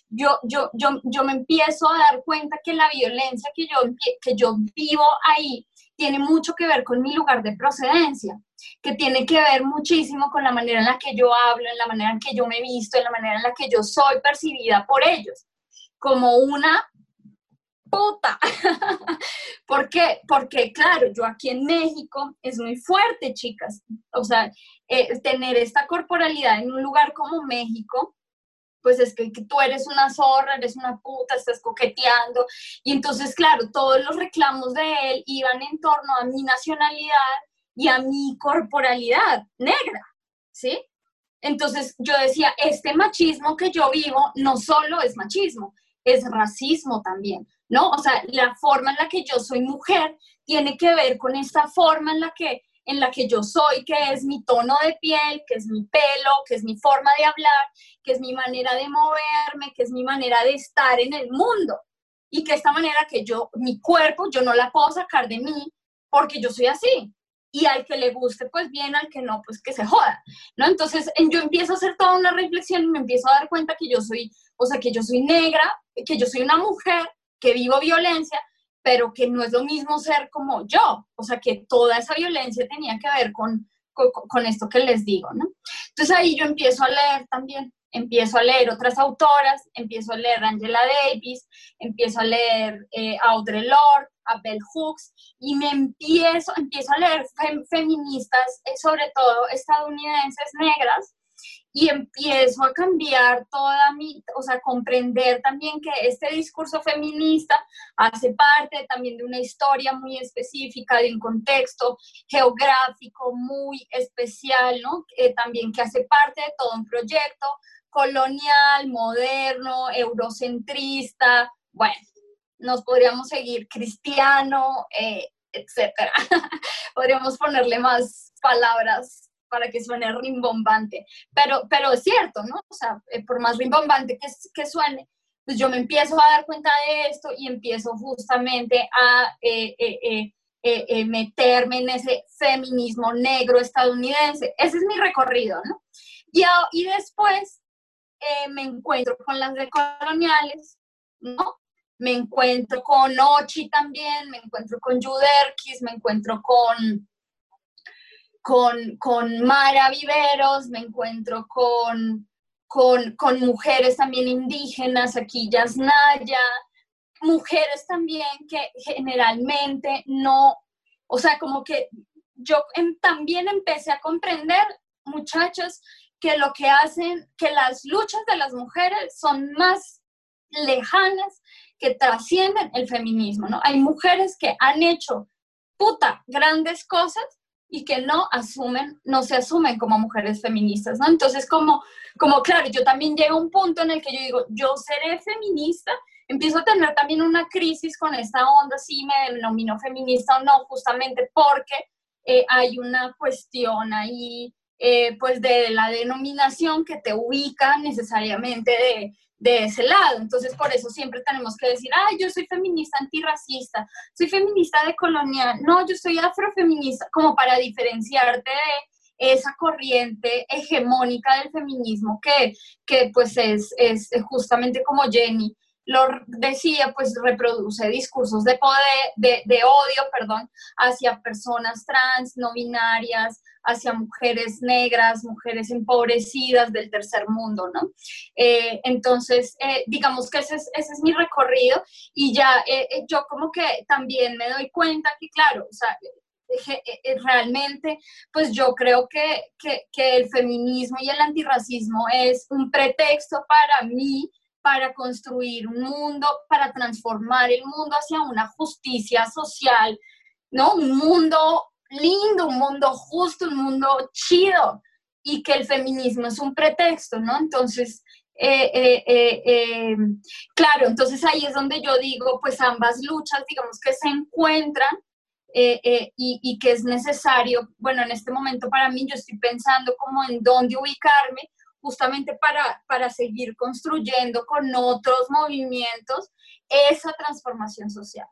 yo me empiezo a dar cuenta que la violencia que yo vivo ahí tiene mucho que ver con mi lugar de procedencia, que tiene que ver muchísimo con la manera en la que yo hablo, en la manera en que yo me visto, en la manera en la que yo soy percibida por ellos, como una puta. ¿Por qué? Porque, claro, yo aquí en México es muy fuerte, chicas. O sea, tener esta corporalidad en un lugar como México, pues es que tú eres una zorra, eres una puta, estás coqueteando. Y entonces, claro, todos los reclamos de él iban en torno a mi nacionalidad y a mi corporalidad negra, ¿sí? Entonces yo decía, este machismo que yo vivo no solo es machismo, es racismo también, ¿no? O sea, la forma en la que yo soy mujer tiene que ver con esta forma en la que yo soy, que es mi tono de piel, que es mi pelo, que es mi forma de hablar, que es mi manera de moverme, que es mi manera de estar en el mundo. Y que esta manera que mi cuerpo, yo no la puedo sacar de mí porque yo soy así. Y al que le guste, pues bien, al que no, pues que se joda, ¿no? Entonces yo empiezo a hacer toda una reflexión y me empiezo a dar cuenta que yo soy, o sea, que yo soy negra, que yo soy una mujer, que vivo violencia, pero que no es lo mismo ser como yo, o sea, que toda esa violencia tenía que ver con esto que les digo, ¿no? Entonces ahí yo empiezo a leer también, empiezo a leer otras autoras, empiezo a leer Angela Davis, empiezo a leer Audre Lorde, a Bell Hooks, y me empiezo a leer feministas, sobre todo estadounidenses negras, y empiezo a cambiar o sea, comprender también que este discurso feminista hace parte también de una historia muy específica, de un contexto geográfico muy especial, ¿no? También que hace parte de todo un proyecto colonial, moderno, eurocentrista, bueno, nos podríamos seguir cristiano, etcétera. Podríamos ponerle más palabras para que suene rimbombante, pero es cierto, ¿no? O sea, por más rimbombante que suene, pues yo me empiezo a dar cuenta de esto y empiezo justamente a meterme en ese feminismo negro estadounidense. Ese es mi recorrido, ¿no? Y después me encuentro con las decoloniales, ¿no? me encuentro con Ochi también, me encuentro con Yuderkis, me encuentro con Mara Viveros, me encuentro con mujeres también indígenas, aquí Yasnaya, mujeres también que generalmente no, o sea, como que yo también empecé a comprender, muchachos, que lo que hacen, que las luchas de las mujeres son más lejanas, que trascienden el feminismo, ¿no? Hay mujeres que han hecho, grandes cosas y que no se asumen como mujeres feministas, ¿no? Entonces, como claro, yo también llego a un punto en el que yo digo, yo seré feminista, empiezo a tener también una crisis con esta onda, si me denomino feminista o no, justamente porque hay una cuestión ahí, pues de la denominación que te ubica necesariamente de ese lado. Entonces, por eso siempre tenemos que decir, yo soy feminista antirracista, soy feminista decolonial, no, yo soy afrofeminista, como para diferenciarte de esa corriente hegemónica del feminismo que pues es justamente como Jenny lo decía, pues reproduce discursos de poder, de odio, perdón, hacia personas trans, no binarias, hacia mujeres negras, mujeres empobrecidas del tercer mundo, ¿no? Entonces, digamos que ese es mi recorrido y ya yo como que también me doy cuenta que, claro, o sea, realmente, pues yo creo que el feminismo y el antirracismo es un pretexto para mí, para construir un mundo, para transformar el mundo hacia una justicia social, ¿no? Un mundo lindo, un mundo justo, un mundo chido, y que el feminismo es un pretexto, ¿no? Entonces, claro, entonces ahí es donde yo digo, pues ambas luchas, digamos que se encuentran, y que es necesario, bueno, en este momento para mí yo estoy pensando como en dónde ubicarme, justamente para seguir construyendo con otros movimientos esa transformación social.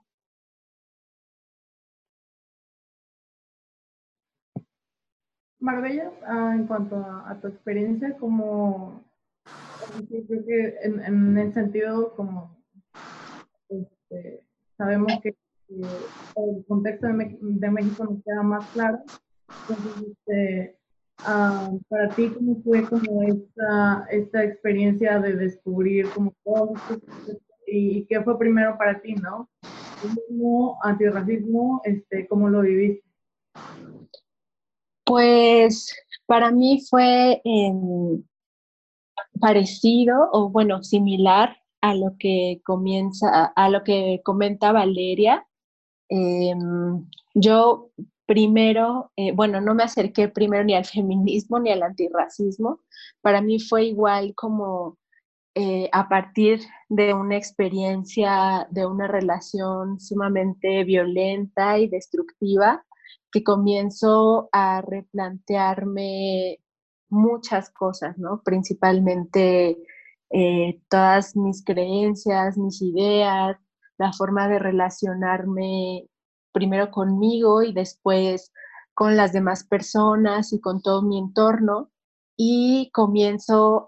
Marbella, en cuanto a tu experiencia, como creo que en el sentido como sabemos que el contexto de México nos queda más claro. Entonces, para ti, ¿cómo fue como esta experiencia de descubrir como todos estos, y qué fue primero para ti, ¿no? Feminismo, antirracismo, ¿cómo lo viviste?
Pues para mí fue parecido o bueno, similar a lo que a lo que comenta Valeria. Yo primero, bueno, no me acerqué primero ni al feminismo ni al antirracismo. Para mí fue igual como a partir de una experiencia, de una relación sumamente violenta y destructiva, que comienzo a replantearme muchas cosas, ¿no? Principalmente todas mis creencias, mis ideas, la forma de relacionarme primero conmigo y después con las demás personas y con todo mi entorno. Y comienzo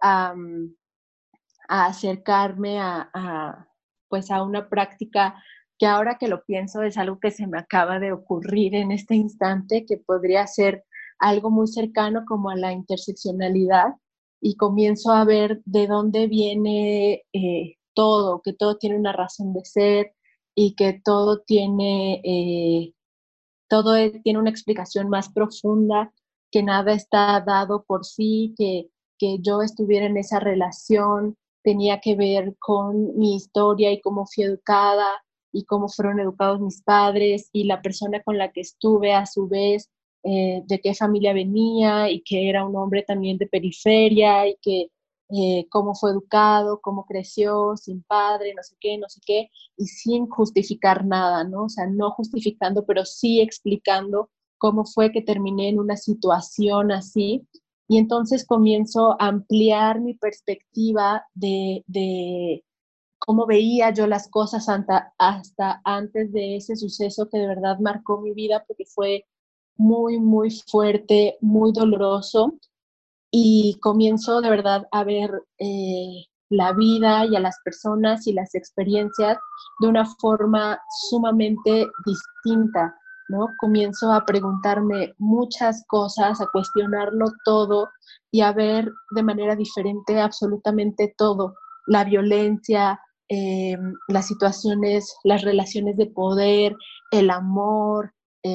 a acercarme pues a una práctica que ahora que lo pienso es algo que se me acaba de ocurrir en este instante, que podría ser algo muy cercano como a la interseccionalidad, y comienzo a ver de dónde viene todo, que todo tiene una razón de ser y que todo tiene una explicación más profunda, que nada está dado por sí, que yo estuviera en esa relación tenía que ver con mi historia y cómo fui educada y cómo fueron educados mis padres y la persona con la que estuve a su vez, de qué familia venía y que era un hombre también de periferia y que cómo fue educado, cómo creció sin padre, no sé qué, no sé qué, y sin justificar nada, ¿no? O sea, no justificando, pero sí explicando cómo fue que terminé en una situación así. Y entonces comienzo a ampliar mi perspectiva de cómo veía yo las cosas hasta antes de ese suceso que de verdad marcó mi vida, porque fue muy, muy fuerte, muy doloroso. Y comienzo de verdad a ver la vida y a las personas y las experiencias de una forma sumamente distinta, ¿no? Comienzo a preguntarme muchas cosas, a cuestionarlo todo y a ver de manera diferente absolutamente todo, la violencia, las situaciones, las relaciones de poder, el amor,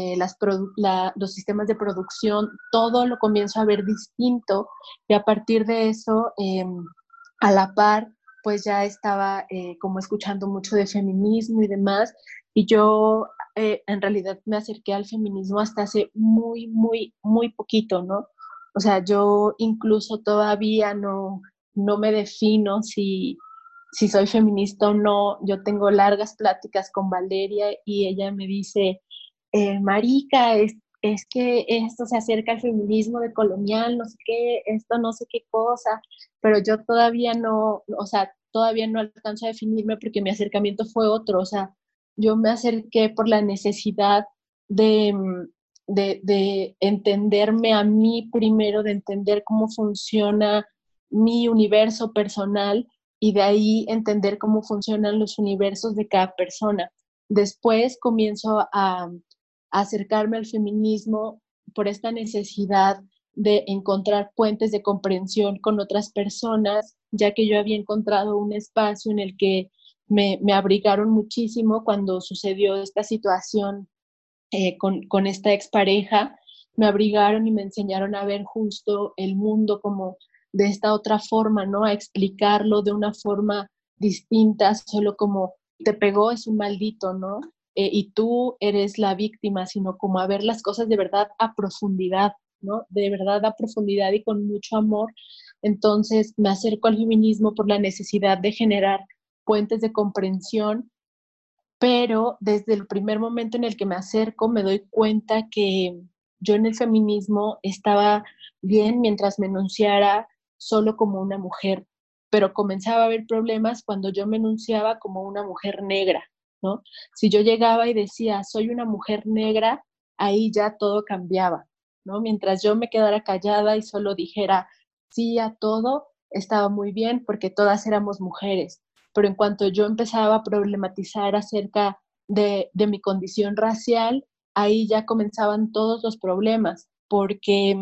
los sistemas de producción, todo lo comienzo a ver distinto y a partir de eso, a la par, pues ya estaba como escuchando mucho de feminismo y demás, y yo en realidad me acerqué al feminismo hasta hace muy, muy, muy poquito, ¿no? O sea, yo incluso todavía no me defino si soy feminista o no. Yo tengo largas pláticas con Valeria y ella me dice, marica, es que esto se acerca al feminismo de colonial, no sé qué, esto no sé qué cosa, pero yo todavía no, o sea, todavía no alcanzo a definirme porque mi acercamiento fue otro, o sea, yo me acerqué por la necesidad de, de entenderme a mí primero, de entender cómo funciona mi universo personal y de ahí entender cómo funcionan los universos de cada persona. Después comienzo a acercarme al feminismo por esta necesidad de encontrar puentes de comprensión con otras personas, ya que yo había encontrado un espacio en el que me abrigaron muchísimo cuando sucedió esta situación con esta expareja, me abrigaron y me enseñaron a ver justo el mundo como de esta otra forma, ¿no? A explicarlo de una forma distinta, solo como te pegó es un maldito, ¿no? Y tú eres la víctima, sino como a ver las cosas de verdad a profundidad, ¿no? De verdad a profundidad y con mucho amor. Entonces me acerco al feminismo por la necesidad de generar puentes de comprensión, pero desde el primer momento en el que me acerco me doy cuenta que yo en el feminismo estaba bien mientras me enunciara solo como una mujer, pero comenzaba a haber problemas cuando yo me enunciaba como una mujer negra, ¿no? Si yo llegaba y decía, soy una mujer negra, ahí ya todo cambiaba, ¿no? Mientras yo me quedara callada y solo dijera sí a todo, estaba muy bien porque todas éramos mujeres, pero en cuanto yo empezaba a problematizar acerca de mi condición racial, ahí ya comenzaban todos los problemas, porque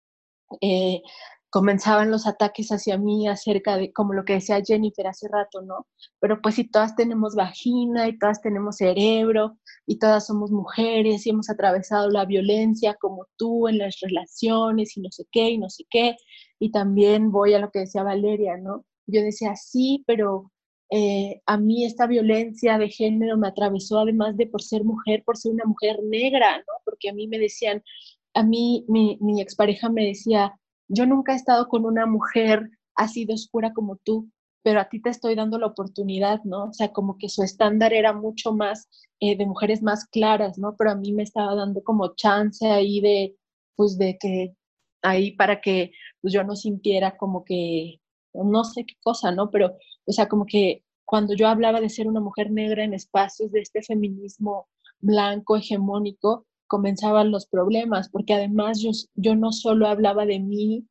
eh, comenzaban los ataques hacia mí acerca de, como lo que decía Jennifer hace rato, ¿no? Pero pues si todas tenemos vagina y todas tenemos cerebro y todas somos mujeres y hemos atravesado la violencia como tú en las relaciones y no sé qué y no sé qué, y también voy a lo que decía Valeria, ¿no? Yo decía, sí, pero a mí esta violencia de género me atravesó además de por ser mujer, por ser una mujer negra, ¿no? Porque a mí me decían, a mí mi expareja me decía, yo nunca he estado con una mujer así de oscura como tú, pero a ti te estoy dando la oportunidad, ¿no? O sea, como que su estándar era mucho más de mujeres más claras, ¿no? Pero a mí me estaba dando como chance ahí de, pues de que, ahí para que pues, yo no sintiera como que, no sé qué cosa, ¿no? Pero, o sea, como que cuando yo hablaba de ser una mujer negra en espacios de este feminismo blanco, hegemónico, comenzaban los problemas, porque además yo no solo hablaba de mí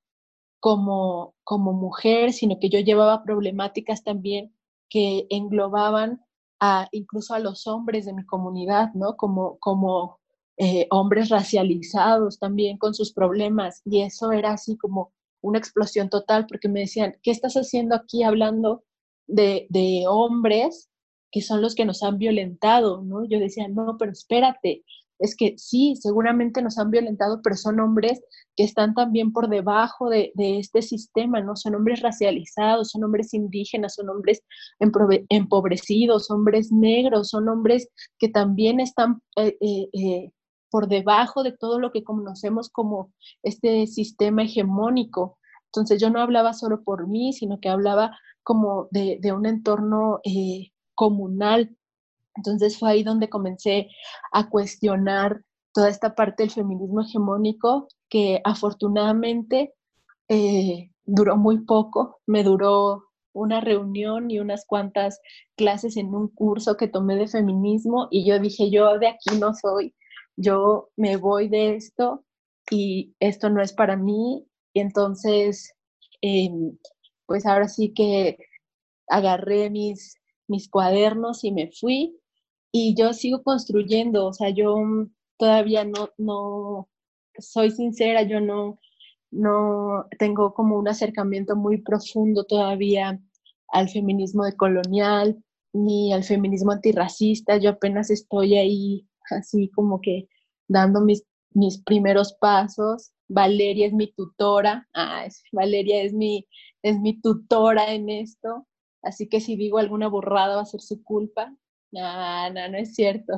como mujer, sino que yo llevaba problemáticas también que englobaban incluso a los hombres de mi comunidad, ¿no? Como hombres racializados también con sus problemas. Y eso era así como una explosión total, porque me decían, ¿qué estás haciendo aquí hablando de hombres que son los que nos han violentado, ¿no? Yo decía, no, pero espérate, es que sí, seguramente nos han violentado, pero son hombres que están también por debajo de este sistema, ¿no? Son hombres racializados, son hombres indígenas, son hombres empobrecidos, hombres negros, son hombres que también están por debajo de todo lo que conocemos como este sistema hegemónico. Entonces yo no hablaba solo por mí, sino que hablaba como de un entorno comunal. Entonces fue ahí donde comencé a cuestionar toda esta parte del feminismo hegemónico que afortunadamente duró muy poco, me duró una reunión y unas cuantas clases en un curso que tomé de feminismo y yo dije, yo de aquí no soy, yo me voy de esto y esto no es para mí. Y entonces, eh, pues ahora sí que agarré mis cuadernos y me fui. Y yo sigo construyendo, o sea, yo todavía no, soy sincera, yo no tengo como un acercamiento muy profundo todavía al feminismo decolonial ni al feminismo antirracista. Yo apenas estoy ahí así como que dando mis primeros pasos. Valeria es mi tutora. Valeria es mi tutora en esto. Así que si digo alguna burrada va a ser su culpa. No es cierto.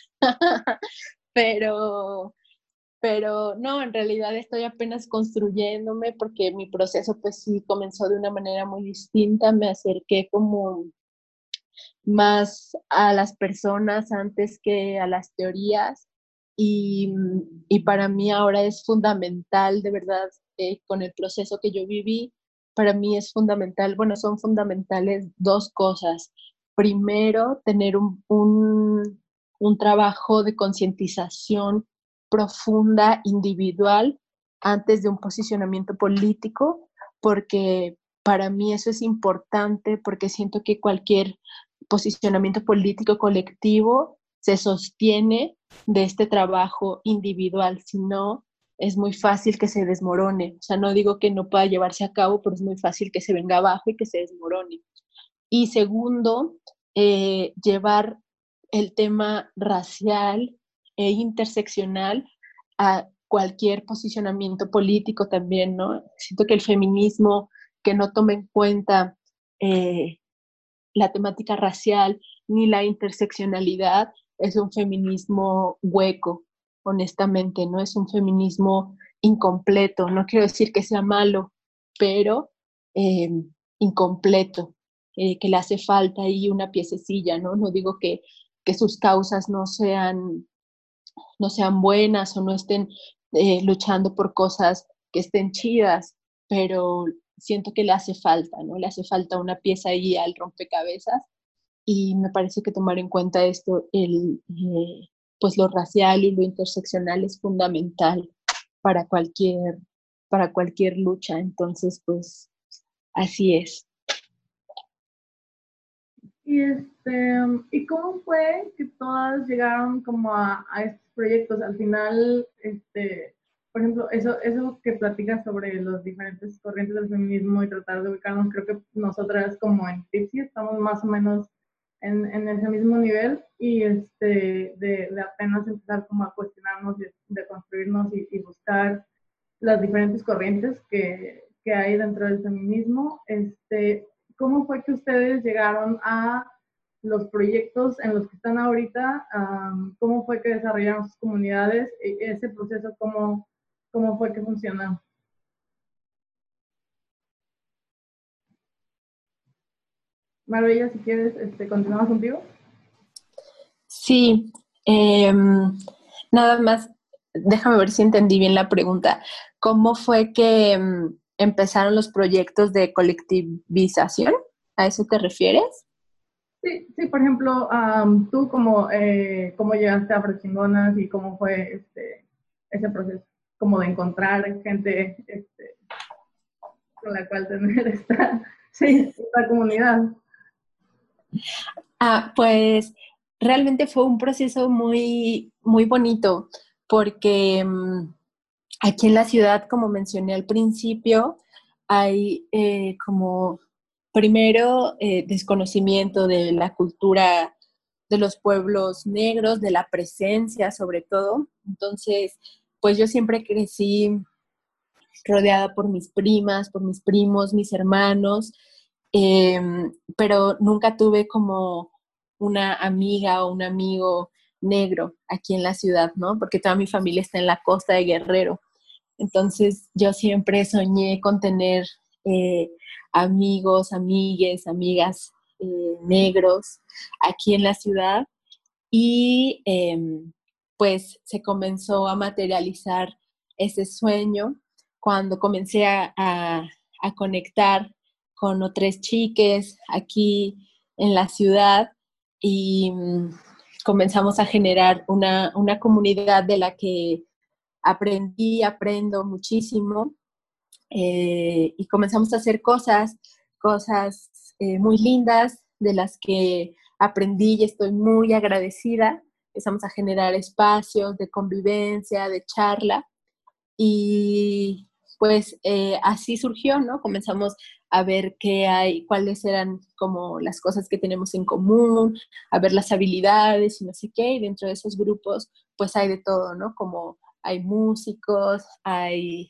pero, pero no, en realidad estoy apenas construyéndome porque mi proceso pues sí comenzó de una manera muy distinta. Me acerqué como más a las personas antes que a las teorías y para mí ahora es fundamental, de verdad, con el proceso que yo viví, para mí es fundamental, bueno, son fundamentales dos cosas. Primero, tener un trabajo de concientización profunda, individual, antes de un posicionamiento político, porque para mí eso es importante, porque siento que cualquier posicionamiento político colectivo se sostiene de este trabajo individual, si no, es muy fácil que se desmorone. O sea, no digo que no pueda llevarse a cabo, pero es muy fácil que se venga abajo y que se desmorone. Y segundo, llevar el tema racial e interseccional a cualquier posicionamiento político también, ¿no? Siento que el feminismo que no tome en cuenta la temática racial ni la interseccionalidad es un feminismo hueco, honestamente, ¿no? Es un feminismo incompleto. No quiero decir que sea malo, pero eh, incompleto, que le hace falta ahí una piececilla, ¿no? No digo que sus causas no sean buenas o no estén luchando por cosas que estén chidas, pero siento que le hace falta, ¿no? Le hace falta una pieza ahí al rompecabezas y me parece que tomar en cuenta esto, pues lo racial y lo interseccional es fundamental para cualquier lucha. Entonces, pues así es.
¿Y cómo fue que todas llegaron como a estos proyectos? Al final, por ejemplo, eso que platicas sobre los diferentes corrientes del feminismo y tratar de ubicarnos, creo que nosotras como en Tipsy estamos más o menos en ese mismo nivel y de apenas empezar como a cuestionarnos, de construirnos y buscar las diferentes corrientes que hay dentro del feminismo. ¿Cómo fue que ustedes llegaron a los proyectos en los que están ahorita? ¿Cómo fue que desarrollaron sus comunidades? Ese proceso, ¿cómo fue que funcionó? Marbella, si quieres, continuamos contigo.
Sí, nada más, déjame ver si entendí bien la pregunta. ¿Cómo fue que empezaron los proyectos de colectivización? ¿A eso te refieres?
Sí, sí, por ejemplo, tú cómo llegaste a Afrochingonas y cómo fue ese proceso, como de encontrar gente con la cual tener esta comunidad.
Pues realmente fue un proceso muy, muy bonito porque aquí en la ciudad, como mencioné al principio, hay como primero desconocimiento de la cultura de los pueblos negros, de la presencia sobre todo. Entonces, pues yo siempre crecí rodeada por mis primas, por mis primos, mis hermanos, eh, pero nunca tuve como una amiga o un amigo negro aquí en la ciudad, ¿no? Porque toda mi familia está en la costa de Guerrero. Entonces yo siempre soñé con tener eh, amigos, amigues, amigas negros aquí en la ciudad y pues se comenzó a materializar ese sueño cuando comencé a conectar con otras chiques aquí en la ciudad y comenzamos a generar una comunidad de la que aprendo muchísimo y comenzamos a hacer cosas muy lindas, de las que aprendí y estoy muy agradecida. Empezamos a generar espacios de convivencia, de charla, y pues así surgió, ¿no? Comenzamos a ver qué hay, cuáles eran como las cosas que tenemos en común, a ver las habilidades y no sé qué, y dentro de esos grupos pues hay de todo, ¿no? Como hay músicos, hay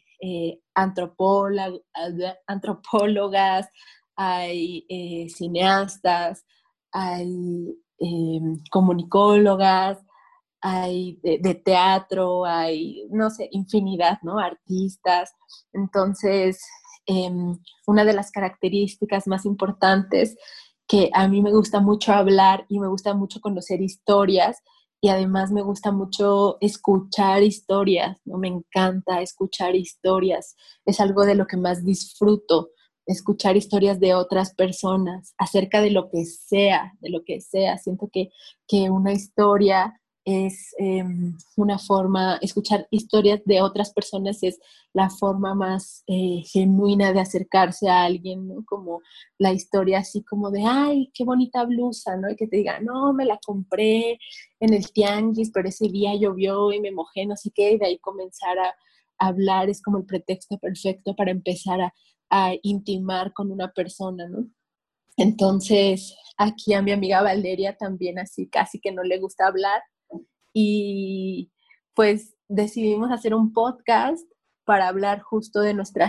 antropólogas, hay cineastas, hay comunicólogas, hay de teatro, hay, no sé, infinidad, ¿no? Artistas. Entonces, una de las características más importantes que a mí me gusta mucho hablar y me gusta mucho conocer historias y además me gusta mucho escuchar historias, ¿no? Me encanta escuchar historias. Es algo de lo que más disfruto, escuchar historias de otras personas acerca de lo que sea, de lo que sea. Siento que una historia es una forma, escuchar historias de otras personas es la forma más genuina de acercarse a alguien, ¿no? Como la historia así como de, ay, qué bonita blusa, ¿no? Y que te diga, no, me la compré en el tianguis, pero ese día llovió y me mojé, no sé qué, y de ahí comenzar a hablar es como el pretexto perfecto para empezar a intimar con una persona, ¿no? Entonces, aquí a mi amiga Valeria también así casi que no le gusta hablar, y pues decidimos hacer un podcast para hablar justo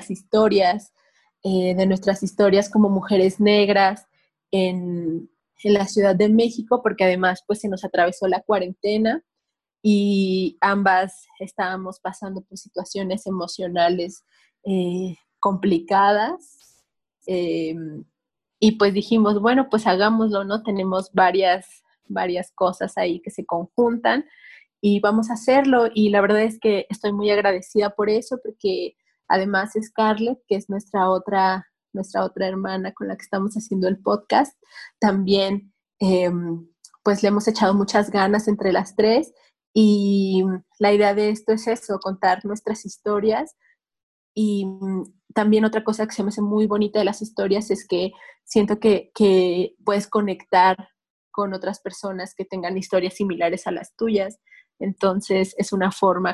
de nuestras historias como mujeres negras en la Ciudad de México, porque además pues se nos atravesó la cuarentena y ambas estábamos pasando por situaciones emocionales complicadas. Y pues dijimos, bueno, pues hagámoslo, ¿no? Tenemos varias cosas ahí que se conjuntan y vamos a hacerlo. Y la verdad es que estoy muy agradecida por eso, porque además Scarlett, que es nuestra otra hermana con la que estamos haciendo el podcast, también pues le hemos echado muchas ganas entre las tres, y la idea de esto es eso, contar nuestras historias. Y también otra cosa que se me hace muy bonita de las historias es que siento que puedes conectar con otras personas que tengan historias similares a las tuyas. Entonces es una forma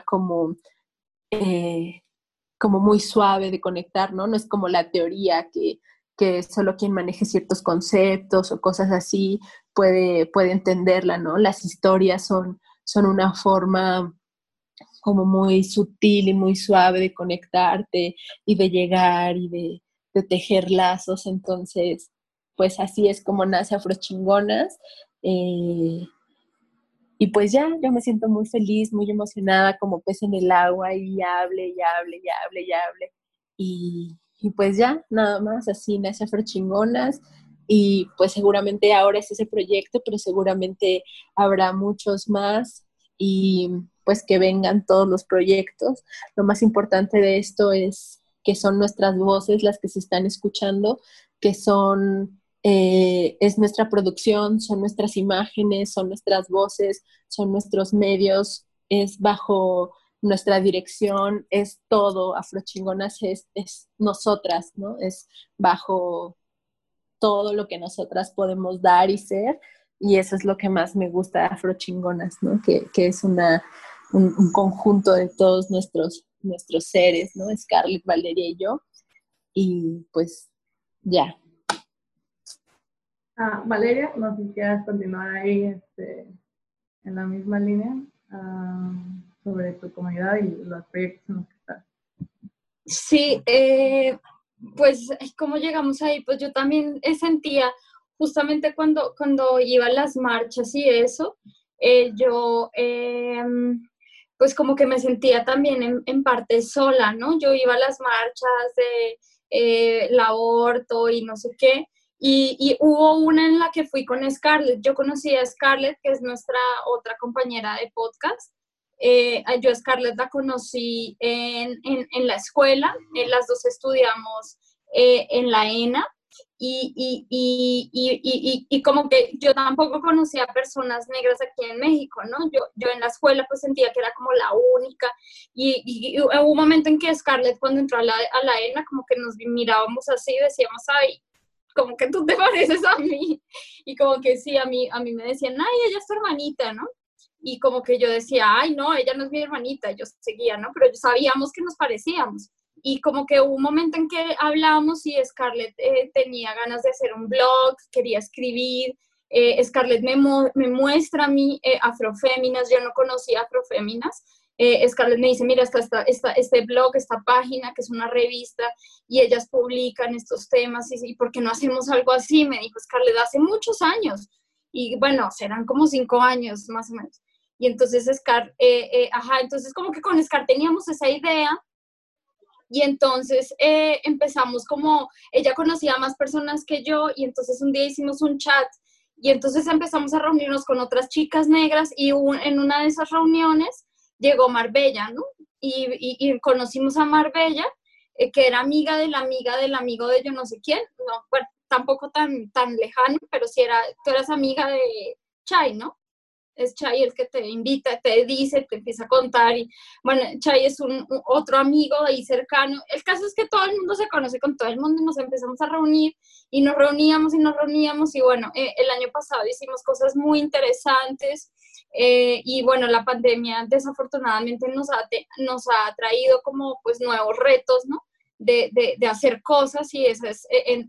como muy suave de conectar, ¿no? No es como la teoría que solo quien maneje ciertos conceptos o cosas así puede entenderla, ¿no? Las historias son una forma como muy sutil y muy suave de conectarte y de llegar y de tejer lazos. Entonces, pues así es como nace Afrochingonas. Eh, y pues ya, yo me siento muy feliz, muy emocionada, como pez en el agua, y hable, y hable, y hable, y hable. Y pues ya, nada más, así nace Afrochingonas. Y pues seguramente ahora es ese proyecto, pero seguramente habrá muchos más, y pues que vengan todos los proyectos. Lo más importante de esto es que son nuestras voces las que se están escuchando, que es nuestra producción, son nuestras imágenes, son nuestras voces, son nuestros medios, es bajo nuestra dirección, es todo. Afrochingonas es nosotras, ¿no? Es bajo todo lo que nosotras podemos dar y ser, y eso es lo que más me gusta de Afrochingonas, ¿no? Que es un conjunto de todos nuestros seres, ¿no? Scarlett, Valeria y yo, y pues ya.
Valeria, no sé si quieres continuar ahí en la misma línea sobre tu comunidad y los proyectos en los que estás.
Sí, pues cómo llegamos ahí, pues yo también sentía justamente cuando iba a las marchas y eso, yo pues como que me sentía también en parte sola, ¿no? Yo iba a las marchas de el aborto y no sé qué, y hubo una en la que fui con Scarlett. Yo conocí a Scarlett, que es nuestra otra compañera de podcast. Yo a Scarlett la conocí en la escuela, las dos estudiamos en la ENA, y como que yo tampoco conocía personas negras aquí en México, ¿no? Yo en la escuela pues sentía que era como la única, y hubo un momento en que Scarlett, cuando entró a la ENA, como que nos mirábamos así y decíamos, ay, como que tú te pareces a mí. Y como que sí, a mí me decían, ay, ella es tu hermanita, ¿no? Y como que yo decía, ay, no, ella no es mi hermanita, yo seguía, ¿no? Pero sabíamos que nos parecíamos. Y como que hubo un momento en que hablamos y Scarlett tenía ganas de hacer un blog, quería escribir. Scarlett me muestra a mí Afroféminas, yo no conocía Afroféminas. Scarlett me dice, mira, este blog, esta página, que es una revista, y ellas publican estos temas, y ¿por qué no hacemos algo así? Me dijo Scarlett, hace muchos años, y bueno, serán como 5 años más o menos. Y entonces entonces como que con Scar teníamos esa idea, y entonces empezamos como, ella conocía a más personas que yo, y entonces un día hicimos un chat, y entonces empezamos a reunirnos con otras chicas negras, y en una de esas reuniones llegó Marbella, ¿no? Y conocimos a Marbella, que era amiga de la amiga del amigo de yo no sé quién, no, bueno, tampoco tan lejano, pero sí tú eras amiga de Chay, ¿no? Es Chay el que te invita, te dice, te empieza a contar, y bueno, Chay es otro amigo de ahí cercano. El caso es que todo el mundo se conoce con todo el mundo, y nos empezamos a reunir, y nos reuníamos, y bueno, el año pasado hicimos cosas muy interesantes, y bueno, la pandemia desafortunadamente nos ha traído como pues nuevos retos, ¿no? De hacer cosas, y eso es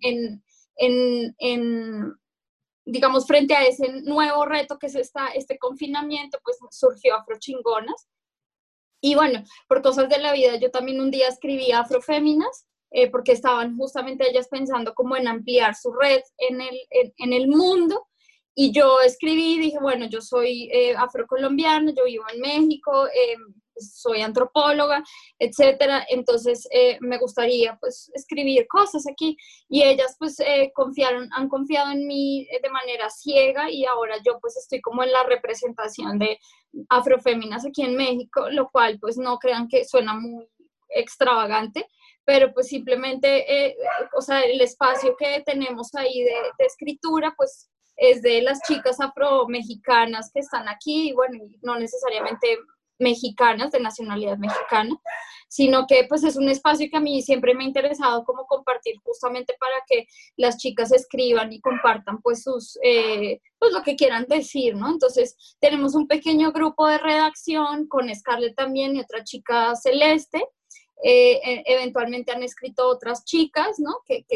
digamos, frente a ese nuevo reto que es este confinamiento, pues surgió Afrochingonas. Y bueno, por cosas de la vida, yo también un día escribí Afroféminas, porque estaban justamente ellas pensando como en ampliar su red en el mundo. Y yo escribí y dije, bueno, yo soy afrocolombiana, yo vivo en México, soy antropóloga, etcétera. Entonces me gustaría pues escribir cosas aquí, y ellas pues han confiado en mí de manera ciega, y ahora yo pues estoy como en la representación de Afroféminas aquí en México, lo cual pues no crean que suena muy extravagante, pero pues simplemente, o sea, el espacio que tenemos ahí de escritura pues es de las chicas afromexicanas que están aquí, y bueno, no necesariamente mexicanas, de nacionalidad mexicana, sino que pues es un espacio que a mí siempre me ha interesado como compartir, justamente para que las chicas escriban y compartan pues pues lo que quieran decir, ¿no? Entonces tenemos un pequeño grupo de redacción con Scarlett también y otra chica, Celeste. Eventualmente han escrito otras chicas, ¿no? Que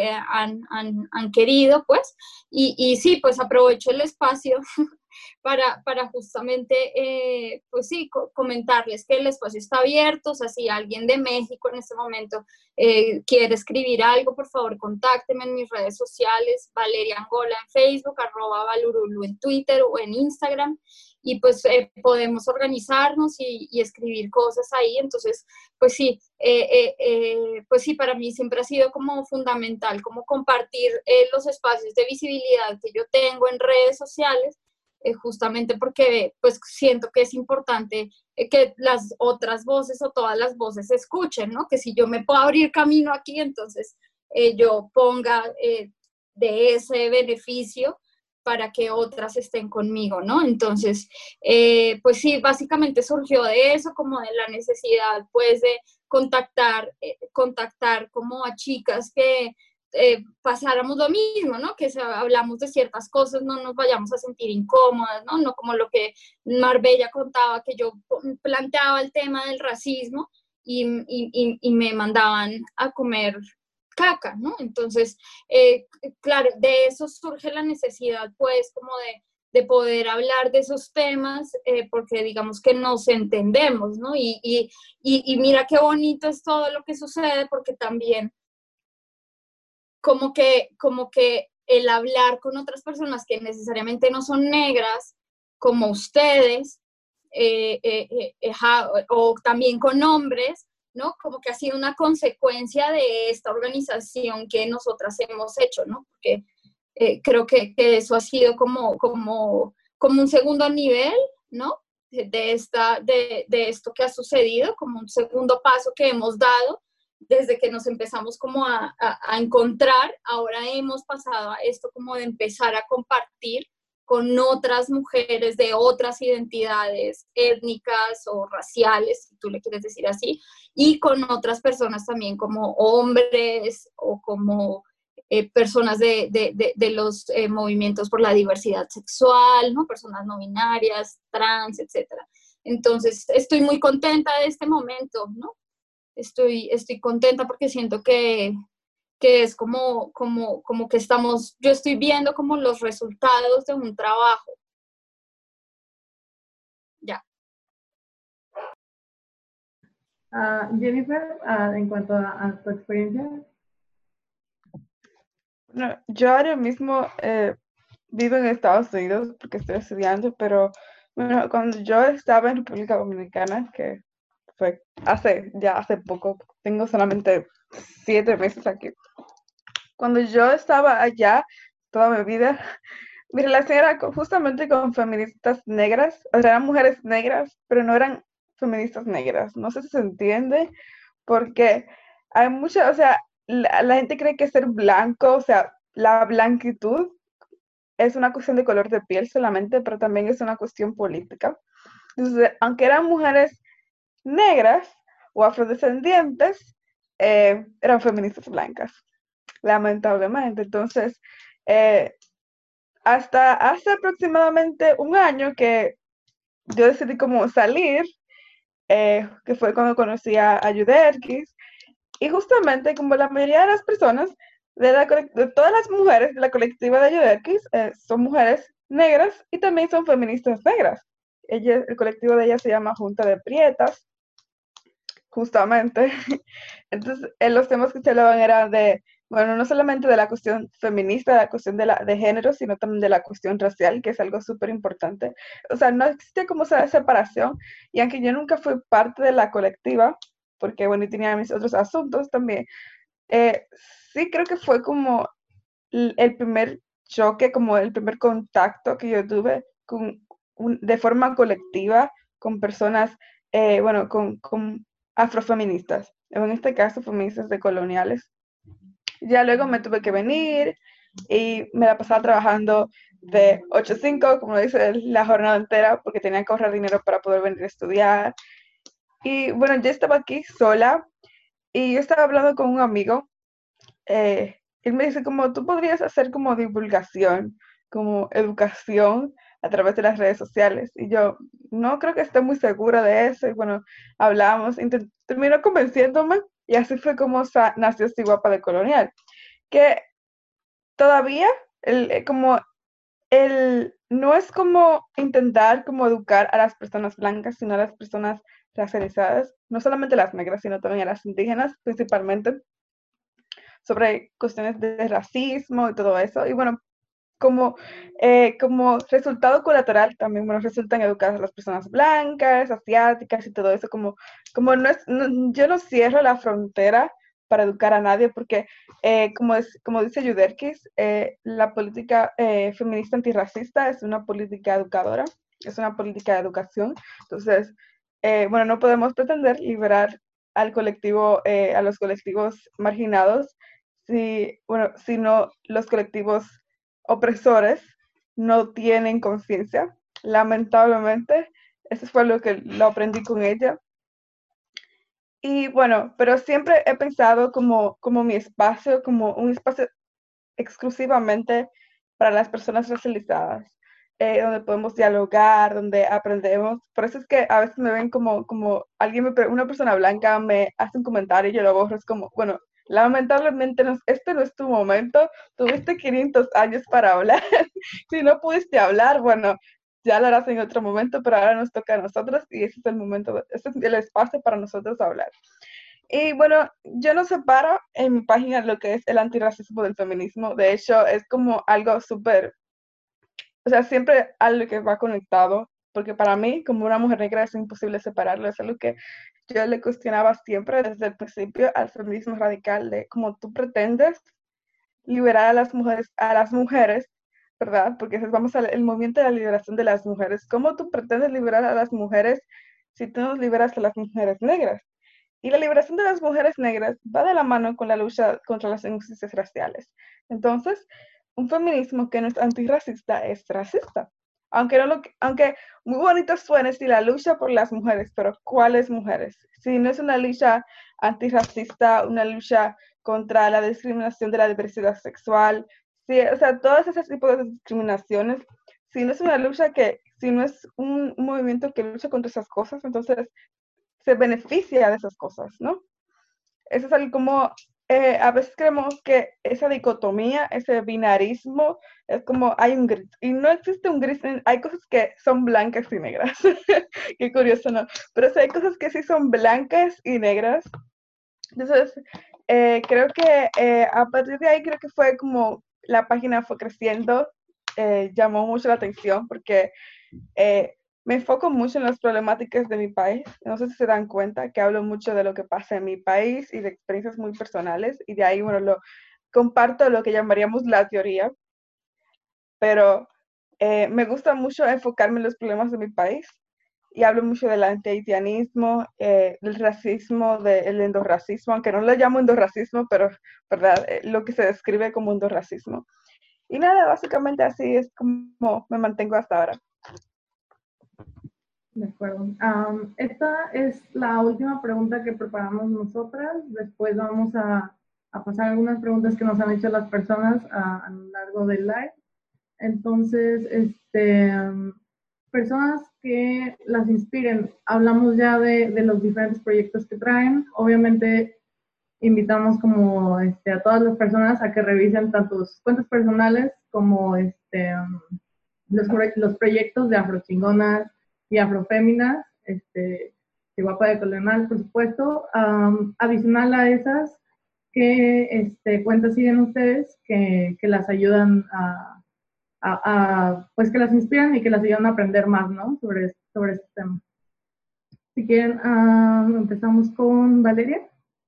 han querido, pues, y sí, pues aprovecho el espacio para justamente, pues sí, comentarles que el espacio está abierto. O sea, si alguien de México en este momento quiere escribir algo, por favor, contáctenme en mis redes sociales, Valeria Angola en Facebook, @Valurulu en Twitter o en Instagram, y pues podemos organizarnos y escribir cosas ahí. Entonces, pues sí, pues sí, para mí siempre ha sido como fundamental como compartir los espacios de visibilidad que yo tengo en redes sociales, justamente porque pues siento que es importante que las otras voces o todas las voces se escuchen, ¿no? Que si yo me puedo abrir camino aquí, entonces yo ponga de ese beneficio para que otras estén conmigo, ¿no? Entonces, pues sí, básicamente surgió de eso, como de la necesidad, pues, de contactar como a chicas que pasáramos lo mismo, ¿no? Que hablamos de ciertas cosas, no nos vayamos a sentir incómodas, ¿no? No como lo que Marbella contaba, que yo planteaba el tema del racismo y me mandaban a comer caca, ¿no? Entonces, claro, de eso surge la necesidad, pues, como de poder hablar de esos temas, porque digamos que nos entendemos, ¿no? Y mira qué bonito es todo lo que sucede, porque también como que el hablar con otras personas que necesariamente no son negras, como ustedes, o también con hombres, ¿no? Como que ha sido una consecuencia de esta organización que nosotras hemos hecho, ¿no? Porque creo que eso ha sido como un segundo nivel, ¿no? De esto que ha sucedido, como un segundo paso que hemos dado desde que nos empezamos como a encontrar. Ahora hemos pasado a esto como de empezar a compartir con otras mujeres de otras identidades étnicas o raciales, si tú le quieres decir así, y con otras personas también como hombres o como personas de los movimientos por la diversidad sexual, ¿no? Personas no binarias, trans, etcétera. Entonces, estoy muy contenta de este momento, ¿no? Estoy contenta porque siento que es como que yo estoy viendo como los resultados de un trabajo. Ya.
Jennifer, en cuanto a tu experiencia.
Bueno, yo ahora mismo vivo en Estados Unidos porque estoy estudiando, pero bueno, cuando yo estaba en República Dominicana, que fue hace poco, tengo solamente 7 meses aquí. Cuando yo estaba allá, toda mi vida, mi relación era justamente con feministas negras, o sea, eran mujeres negras, pero no eran feministas negras. No sé si se entiende, porque hay mucha, o sea, la gente cree que ser blanco, o sea, la blanquitud es una cuestión de color de piel solamente, pero también es una cuestión política. Entonces, aunque eran mujeres negras o afrodescendientes, eran feministas blancas, lamentablemente. Entonces, eh, hasta hace aproximadamente un año que yo decidí como salir, que fue cuando conocí a Yuderkis, y justamente como la mayoría de las personas, de todas las mujeres de la colectiva de Yuderkis, son mujeres negras y también son feministas negras. El colectivo de ellas se llama Junta de Prietas, justamente. Entonces, los temas que se hablaban eran de, bueno, no solamente de la cuestión feminista, de la cuestión de género, sino también de la cuestión racial, que es algo súper importante. O sea, no existe como esa separación, y aunque yo nunca fui parte de la colectiva, porque, bueno, y tenía mis otros asuntos también, eh, sí creo que fue como el primer choque, como el primer contacto que yo tuve de forma colectiva con personas, bueno, con afrofeministas, en este caso feministas decoloniales. Ya luego me tuve que venir y me la pasaba trabajando de 8 a 5, como dice, la jornada entera, porque tenía que ahorrar dinero para poder venir a estudiar. Y bueno, yo estaba aquí sola y yo estaba hablando con un amigo. Él me dice como tú podrías hacer como divulgación, como educación a través de las redes sociales. Y yo no creo que esté muy segura de eso. Y bueno, hablamos, terminó convenciéndome y así fue como nació Así Guapa de Colonial. Que todavía, como no es como intentar como educar a las personas blancas, sino a las personas racializadas, no solamente las negras, sino también a las indígenas principalmente, sobre cuestiones de racismo y todo eso. Y bueno, como resultado colateral también, bueno, resultan educadas las personas blancas, asiáticas y todo eso, como yo no cierro la frontera para educar a nadie, porque como dice Yuderkis, la política feminista antirracista es una política educadora, es una política de educación. Entonces, bueno, no podemos pretender liberar al colectivo, a los colectivos marginados, si no los colectivos opresores no tienen conciencia. Lamentablemente, eso fue lo aprendí con ella. Y bueno, pero siempre he pensado como mi espacio, como un espacio exclusivamente para las personas racializadas, donde podemos dialogar, donde aprendemos. Por eso es que a veces me ven como una persona blanca me hace un comentario y yo lo borro. Es como, bueno, lamentablemente este no es tu momento, tuviste 500 años para hablar. Si no pudiste hablar, bueno, ya lo harás en otro momento, pero ahora nos toca a nosotros y ese es el momento, ese es el espacio para nosotros hablar. Y bueno, yo no separo en mi página lo que es el antirracismo del feminismo. De hecho, es como algo súper, o sea, siempre algo que va conectado, porque para mí, como una mujer negra, es imposible separarlo. Es algo que yo le cuestionaba siempre desde el principio al feminismo radical, de cómo tú pretendes liberar a las mujeres, ¿verdad? Porque vamos al movimiento de la liberación de las mujeres. ¿Cómo tú pretendes liberar a las mujeres si tú no liberas a las mujeres negras? Y la liberación de las mujeres negras va de la mano con la lucha contra las injusticias raciales. Entonces, un feminismo que no es antirracista es racista. Aunque muy bonito suene si la lucha por las mujeres, pero ¿cuáles mujeres? Si no es una lucha antirracista, una lucha contra la discriminación de la diversidad sexual. Sí, o sea, todos esos tipos de discriminaciones, si no es una lucha si no es un movimiento que lucha contra esas cosas, entonces se beneficia de esas cosas, ¿no? Eso es algo como, a veces creemos que esa dicotomía, ese binarismo, es como hay un gris, y no existe un gris, hay cosas que son blancas y negras, qué curioso, ¿no? Pero sí hay cosas que sí son blancas y negras, entonces creo que a partir de ahí creo que fue como la página fue creciendo, llamó mucho la atención porque me enfoco mucho en las problemáticas de mi país. No sé si se dan cuenta que hablo mucho de lo que pasa en mi país y de experiencias muy personales y de ahí, bueno, comparto lo que llamaríamos la teoría, pero me gusta mucho enfocarme en los problemas de mi país y hablo mucho del antihaitianismo, del racismo, del endorracismo, aunque no lo llamo endorracismo, pero, ¿verdad? Lo que se describe como endorracismo. Y nada, básicamente así es como me mantengo hasta ahora.
De acuerdo. Esta es la última pregunta que preparamos nosotras. Después vamos a pasar algunas preguntas que nos han hecho las personas a lo largo del live. Entonces, personas que las inspiren. Hablamos ya de los diferentes proyectos que traen. Obviamente, invitamos como a todas las personas a que revisen tanto sus cuentas personales como los proyectos de Afrochingonas y Afroféminas, Guapa de Colonial, por supuesto. Adicional a esas, ¿qué cuentas siguen ustedes que las ayudan pues que las inspiran y que las ayudan a aprender más, ¿no? Sobre este tema. Si quieren, empezamos con Valeria.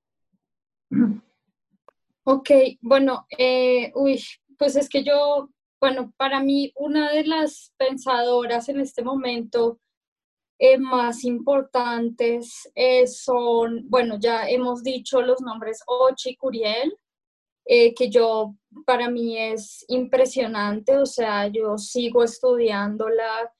Ok, bueno, pues es que bueno, para mí una de las pensadoras en este momento más importantes son, bueno, ya hemos dicho los nombres Ochi Curiel, que para mí es impresionante, o sea, yo sigo estudiando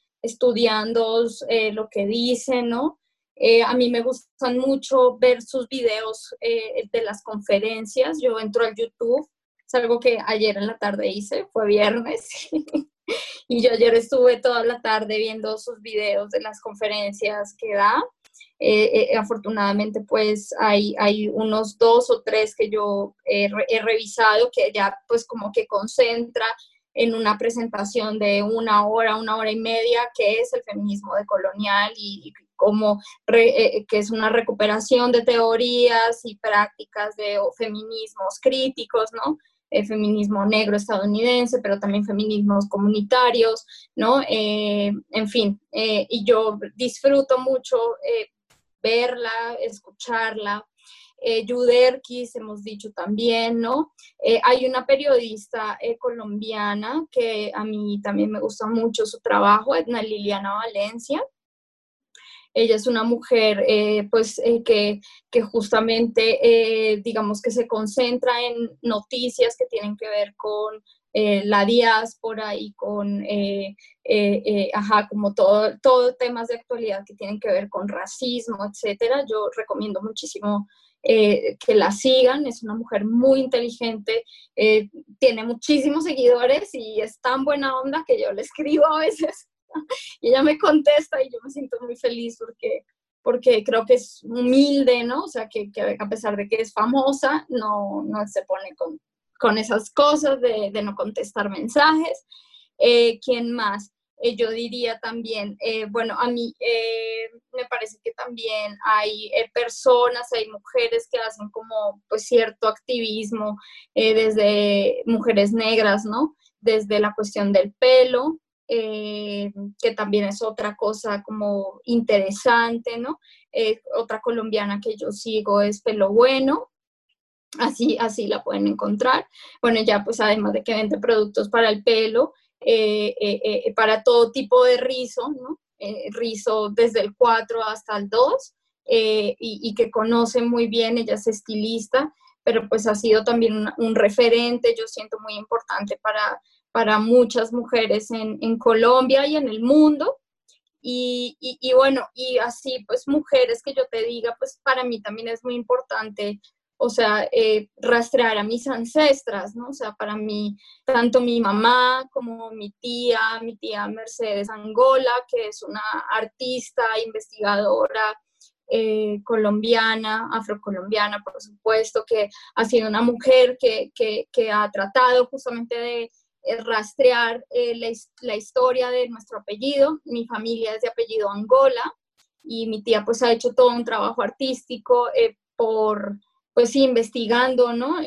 lo que dice, ¿no? A mí me gustan mucho ver sus videos de las conferencias. Yo entro al YouTube, es algo que ayer en la tarde hice, fue viernes, y yo ayer estuve toda la tarde viendo sus videos de las conferencias que da. Afortunadamente, pues hay unos 2 o 3 que yo he revisado que ya pues como que concentra en una presentación de 1 hora, 1 hora y media, que es el feminismo decolonial y como que es una recuperación de teorías y prácticas de feminismos críticos, ¿no? El feminismo negro estadounidense, pero también feminismos comunitarios, ¿no? En fin, y yo disfruto mucho verla, escucharla. Yuderkis, hemos dicho también, ¿no? Hay una periodista colombiana que a mí también me gusta mucho su trabajo, Edna Liliana Valencia. Ella es una mujer que justamente, digamos que se concentra en noticias que tienen que ver con la diáspora y con, como todo temas de actualidad que tienen que ver con racismo, etcétera. Yo recomiendo muchísimo que la sigan. Es una mujer muy inteligente, tiene muchísimos seguidores y es tan buena onda que yo le escribo a veces y ella me contesta y yo me siento muy feliz porque creo que es humilde, ¿no? O sea, que a pesar de que es famosa, no se pone con esas cosas de no contestar mensajes. ¿Quién más? Yo diría también, bueno, a mí me parece que también hay personas, hay mujeres que hacen como pues cierto activismo desde mujeres negras, ¿no? Desde la cuestión del pelo, que también es otra cosa como interesante, ¿no? Otra colombiana que yo sigo es Pelo Bueno, así la pueden encontrar. Bueno, ya pues además de que vende productos para el pelo, para todo tipo de rizo, ¿no? Rizo desde el 4 hasta el 2, y que conoce muy bien, ella es estilista, pero pues ha sido también un referente, yo siento muy importante para muchas mujeres en Colombia y en el mundo. Y bueno, y así pues mujeres que yo te diga, pues para mí también es muy importante o sea, rastrear a mis ancestras, ¿no? O sea, para mí, tanto mi mamá como mi tía Mercedes Angola, que es una artista, investigadora, colombiana, afrocolombiana, por supuesto, que ha sido una mujer que ha tratado justamente de rastrear la historia de nuestro apellido. Mi familia es de apellido Angola y mi tía pues ha hecho todo un trabajo artístico pues sí, investigando, ¿no?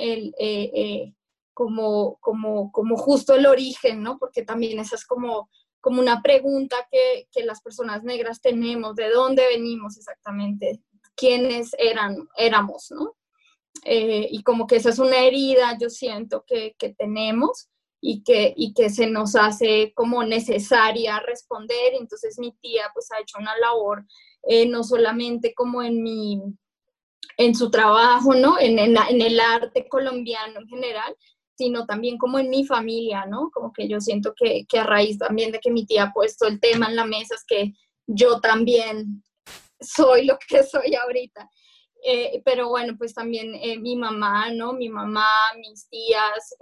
Como justo el origen, ¿no? Porque también esa es como una pregunta que las personas negras tenemos, ¿de dónde venimos exactamente? ¿Quiénes éramos, ¿no? Y como que esa es una herida, yo siento que tenemos y que se nos hace como necesaria responder. Entonces mi tía pues ha hecho una labor no solamente como en su trabajo, ¿no? En el arte colombiano en general, sino también como en mi familia, ¿no? Como que yo siento que a raíz también de que mi tía ha puesto el tema en la mesa, es que yo también soy lo que soy ahorita. Pero bueno, pues también mi mamá, ¿no? Mi mamá, mis tías,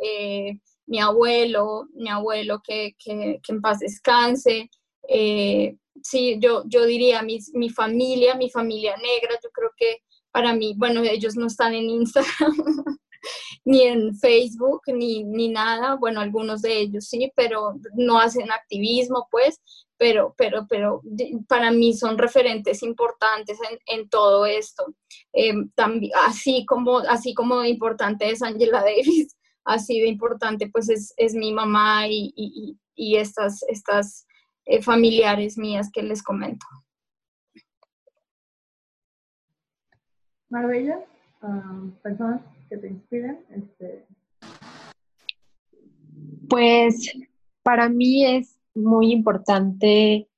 mi abuelo que en paz descanse. Sí, yo diría mi familia negra, yo creo que para mí, bueno, ellos no están en Instagram ni en Facebook, ni nada, bueno, algunos de ellos sí, pero no hacen activismo, pues, pero para mí son referentes importantes en todo esto. También, así como importante es Angela Davis, así de importante pues es mi mamá y estas familiares mías que les comento.
Marbella, personas que te inspiren.
Pues para mí es muy importante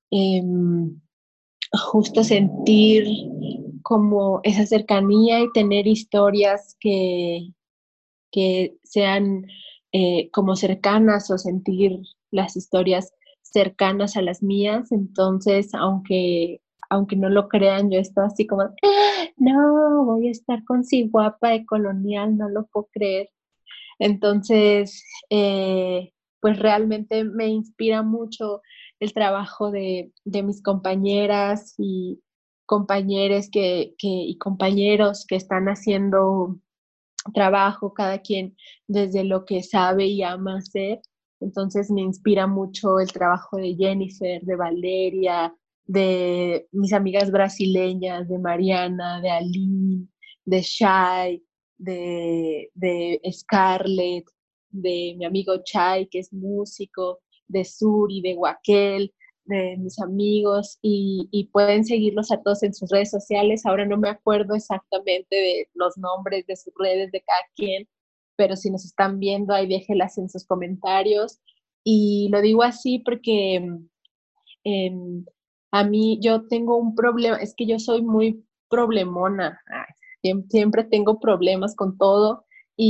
justo sentir como esa cercanía y tener historias que sean como cercanas o sentir las historias cercanas a las mías. Entonces, aunque no lo crean, yo estoy así como, "Ah, no, voy a estar con si guapa de colonial, no lo puedo creer". Entonces, pues realmente me inspira mucho el trabajo de mis compañeras y compañeros y compañeros que están haciendo trabajo, cada quien desde lo que sabe y ama hacer. Entonces me inspira mucho el trabajo de Jennifer, de Valeria, de mis amigas brasileñas, de Mariana, de Aline, de Shai, de Scarlett, de mi amigo Chai, que es músico, de Suri, de Wakel, de mis amigos y pueden seguirlos a todos en sus redes sociales. Ahora no me acuerdo exactamente de los nombres de sus redes de cada quien, pero si nos están viendo ahí déjenlas en sus comentarios. Y lo digo así porque em, a mí yo tengo un problema, es que yo soy muy problemona. Siempre tengo problemas con todo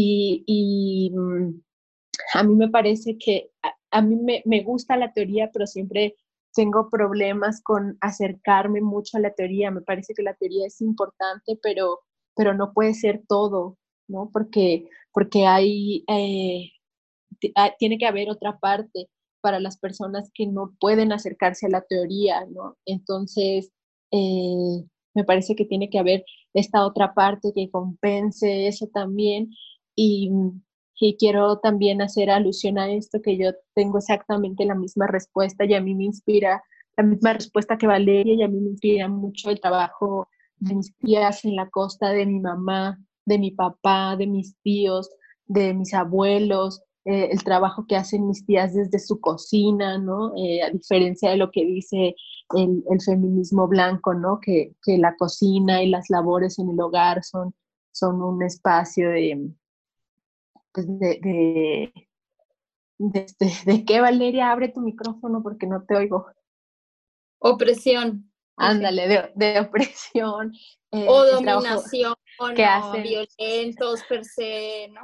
y a mí me parece que a mí me gusta la teoría, pero siempre tengo problemas con acercarme mucho a la teoría. Me parece que la teoría es importante, pero no puede ser todo, ¿no? Porque tiene que haber otra parte para las personas que no pueden acercarse a la teoría, ¿no? Entonces, me parece que tiene que haber esta otra parte que compense eso también. Y, y quiero también hacer alusión a esto, que yo tengo exactamente la misma respuesta y a mí me inspira la misma respuesta que Valeria y a mí me inspira mucho el trabajo de mis tías en la costa, de mi mamá, de mi papá, de mis tíos, de mis abuelos, el trabajo que hacen mis tías desde su cocina, ¿no? A diferencia de lo que dice el feminismo blanco, ¿no? Que la cocina y las labores en el hogar son un espacio pues ¿de qué, Valeria? Abre tu micrófono porque no te oigo.
Opresión.
Ándale, de opresión.
O dominación,
que
o
hacen
violentos per se, ¿no?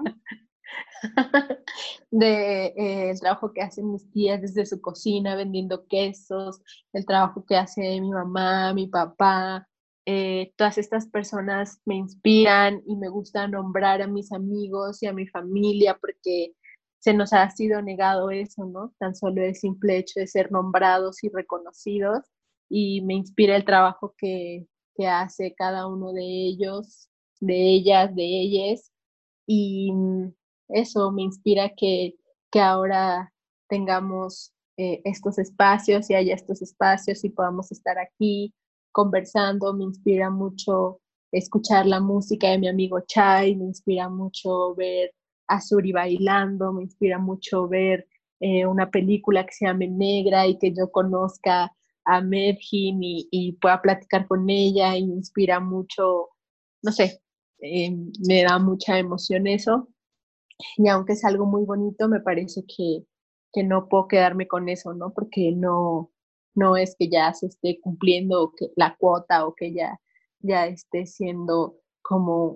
El trabajo que hacen mis tías desde su cocina vendiendo quesos, el trabajo que hace mi mamá, mi papá, todas estas personas me inspiran y me gusta nombrar a mis amigos y a mi familia porque se nos ha sido negado eso, ¿no? Tan solo el simple hecho de ser nombrados y reconocidos, y me inspira el trabajo que hace cada uno de ellos, de ellas, de ellas, y eso me inspira que ahora tengamos estos espacios y haya estos espacios y podamos estar aquí conversando. Me inspira mucho escuchar la música de mi amigo Chai, me inspira mucho ver a Suri bailando, me inspira mucho ver una película que se llame Negra y que yo conozca a Medhin y pueda platicar con ella, y me inspira mucho, no sé, me da mucha emoción eso. Y aunque es algo muy bonito, me parece que no puedo quedarme con eso, ¿no? Porque no es que ya se esté cumpliendo la cuota o que ya esté siendo como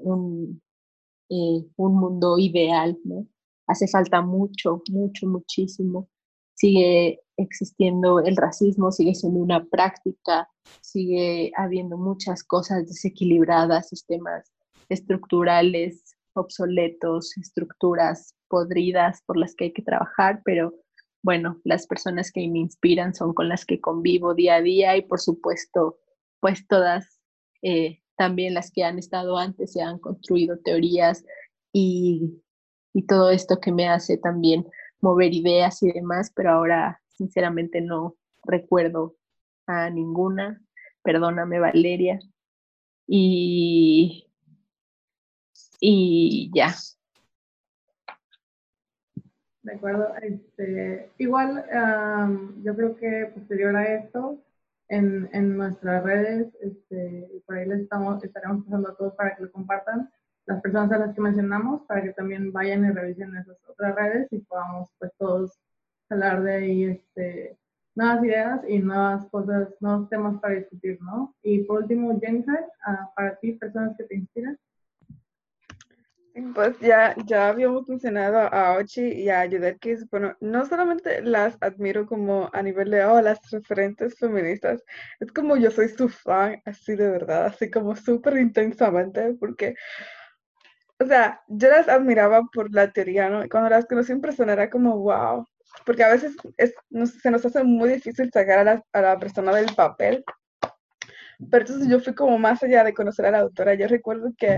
un mundo ideal, ¿no? Hace falta mucho, mucho, muchísimo. Sigue existiendo el racismo, sigue siendo una práctica, sigue habiendo muchas cosas desequilibradas, sistemas estructurales obsoletos, estructuras podridas por las que hay que trabajar, pero bueno, las personas que me inspiran son con las que convivo día a día, y por supuesto, pues todas, también las que han estado antes, se han construido teorías y, y todo esto que me hace también mover ideas y demás, pero ahora sinceramente no recuerdo a ninguna. Perdóname, Valeria. Y, y ya.
De acuerdo. Igual, yo creo que posterior a esto, en nuestras redes, por ahí estaremos pasando a todos para que lo compartan, las personas a las que mencionamos, para que también vayan y revisen esas otras redes y podamos pues todos hablar de ahí nuevas ideas y nuevas cosas, nuevos temas para discutir, ¿no? Y por último, Jennifer, para ti, personas que te inspiran.
Pues ya habíamos mencionado a Ochi y a Yudelkis. Bueno, no solamente las admiro como a nivel de, las referentes feministas, es como yo soy su fan, así de verdad, así como súper intensamente, porque, o sea, yo las admiraba por la teoría, ¿no? Y cuando las conocí en persona era como, wow, porque a veces se nos hace muy difícil sacar a la persona del papel, pero entonces yo fui como más allá de conocer a la autora. Yo recuerdo que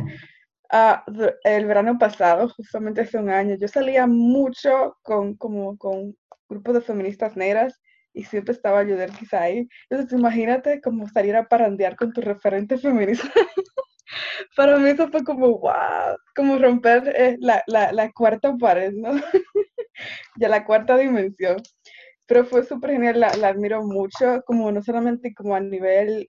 el verano pasado, justamente hace un año, yo salía mucho con grupos de feministas negras y siempre estaba Yudelkis ahí. Entonces imagínate como salir a parandear con tu referente feminista. Para mí eso fue como, wow, como romper la cuarta pared, ¿no? Ya la cuarta dimensión. Pero fue súper genial, la admiro mucho, como no solamente como a nivel,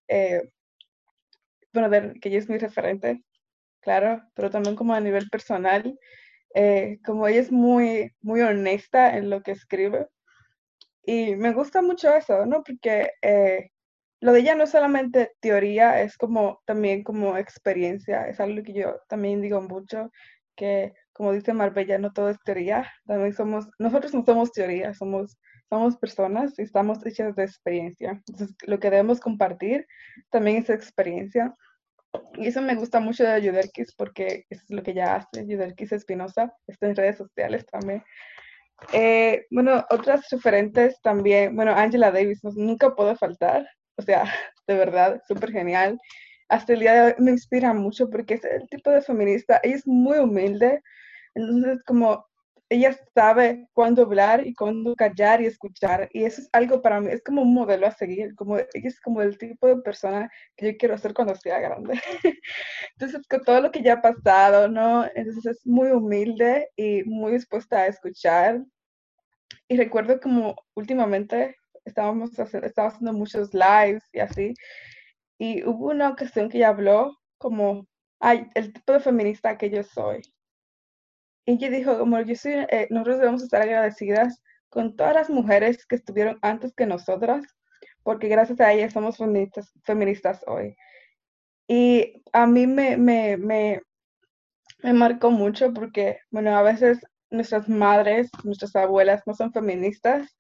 bueno, que ella es mi referente, claro, pero también como a nivel personal, como ella es muy, muy honesta en lo que escribe, y me gusta mucho eso, ¿no? Porque lo de ella no es solamente teoría, es como también como experiencia, es algo que yo también digo mucho, que como dice Marbella, no todo es teoría, también nosotros no somos teoría, somos personas y estamos hechas de experiencia. Entonces, lo que debemos compartir también es experiencia. Y eso me gusta mucho de Yudelkis porque eso es lo que ella hace. Yudelkis Espinosa está en redes sociales también. Bueno, otras referentes también. Bueno, Angela Davis nunca puede faltar. O sea, de verdad, súper genial. Hasta el día de hoy me inspira mucho porque es el tipo de feminista. Ella es muy humilde. Entonces, como ella sabe cuándo hablar y cuándo callar y escuchar, y eso es algo para mí, es como un modelo a seguir, como ella es como el tipo de persona que yo quiero ser cuando sea grande. Entonces, con todo lo que ya ha pasado, ¿no? Entonces es muy humilde y muy dispuesta a escuchar. Y recuerdo como últimamente estaba haciendo muchos lives y así, y hubo una ocasión que ella habló como, ay, el tipo de feminista que yo soy. Y ella dijo, como nosotros debemos estar agradecidas con todas las mujeres que estuvieron antes que nosotras, porque gracias a ellas somos feministas hoy. Y a mí me marcó mucho porque, bueno, a veces nuestras madres, nuestras abuelas no son feministas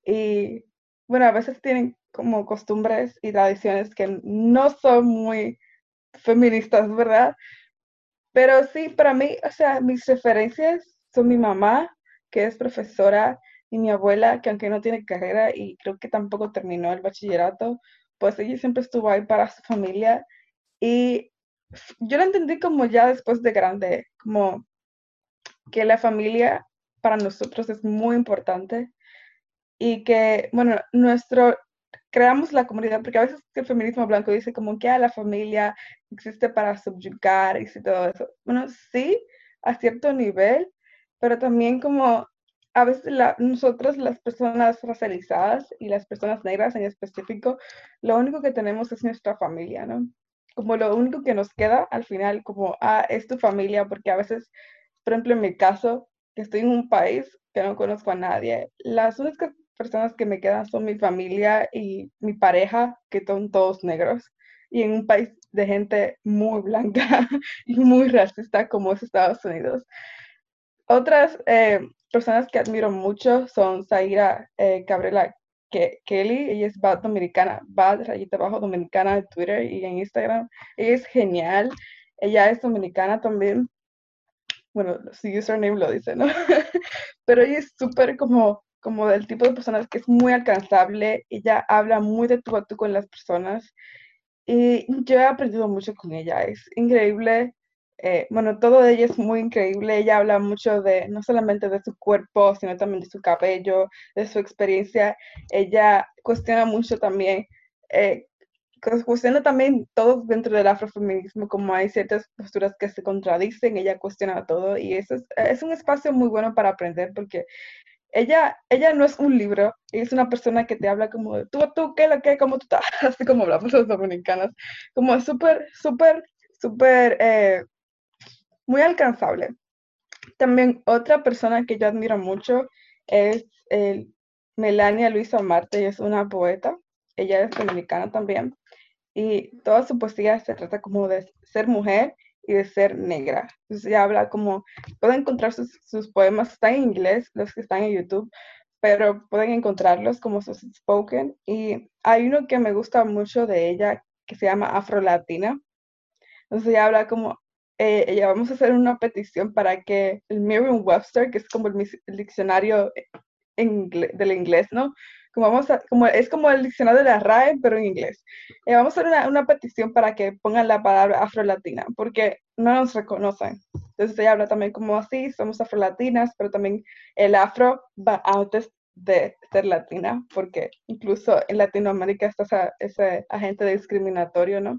y, bueno, a veces tienen como costumbres y tradiciones que no son muy feministas, ¿verdad? Pero sí, para mí, o sea, mis referencias son mi mamá, que es profesora, y mi abuela, que aunque no tiene carrera y creo que tampoco terminó el bachillerato, pues ella siempre estuvo ahí para su familia. Y yo lo entendí como ya después de grande, como que la familia para nosotros es muy importante y que, bueno, creamos la comunidad, porque a veces el feminismo blanco dice como que la familia existe para subyugar y todo eso. Bueno, sí, a cierto nivel, pero también como a veces nosotros, las personas racializadas y las personas negras en específico, lo único que tenemos es nuestra familia, ¿no? Como lo único que nos queda al final, como, es tu familia, porque a veces, por ejemplo, en mi caso, que estoy en un país que no conozco a nadie, las únicas personas que me quedan son mi familia y mi pareja, que son todos negros, y en un país de gente muy blanca y muy racista como es Estados Unidos. Otras personas que admiro mucho son Zaira Cabrera Kelly, ella es Bad Dominicana, Bad rayita abajo Dominicana en Twitter y en Instagram. Ella es genial, ella es dominicana también, bueno, su username lo dice, ¿no? Pero ella es súper como del tipo de personas que es muy alcanzable, ella habla muy de tú a tú con las personas y yo he aprendido mucho con ella, es increíble, bueno, todo de ella es muy increíble, ella habla mucho de, no solamente de su cuerpo, sino también de su cabello, de su experiencia, ella cuestiona mucho también, eh, cuestiona también todo dentro del afrofeminismo, como hay ciertas posturas que se contradicen, ella cuestiona todo y eso es un espacio muy bueno para aprender porque ella no es un libro, ella es una persona que te habla como de tú, qué, lo que, cómo tú estás, así como hablamos los dominicanos, como súper, súper, súper, muy alcanzable. También otra persona que yo admiro mucho es Melania Luisa Marte, ella es una poeta, ella es dominicana también, y toda su poesía se trata como de ser mujer y de ser negra. Entonces ella habla como, pueden encontrar sus poemas, están en inglés, los que están en YouTube, pero pueden encontrarlos como sus spoken. Y hay uno que me gusta mucho de ella que se llama Afro Latina. Entonces ella habla como, ella vamos a hacer una petición para que el Merriam-Webster, que es como el diccionario del inglés, ¿no? Es como el diccionario de la RAE, pero en inglés. Vamos a hacer una petición para que pongan la palabra afrolatina, porque no nos reconocen. Entonces ella habla también como así, somos afrolatinas, pero también el afro va antes de ser latina, porque incluso en Latinoamérica está ese agente discriminatorio, ¿no?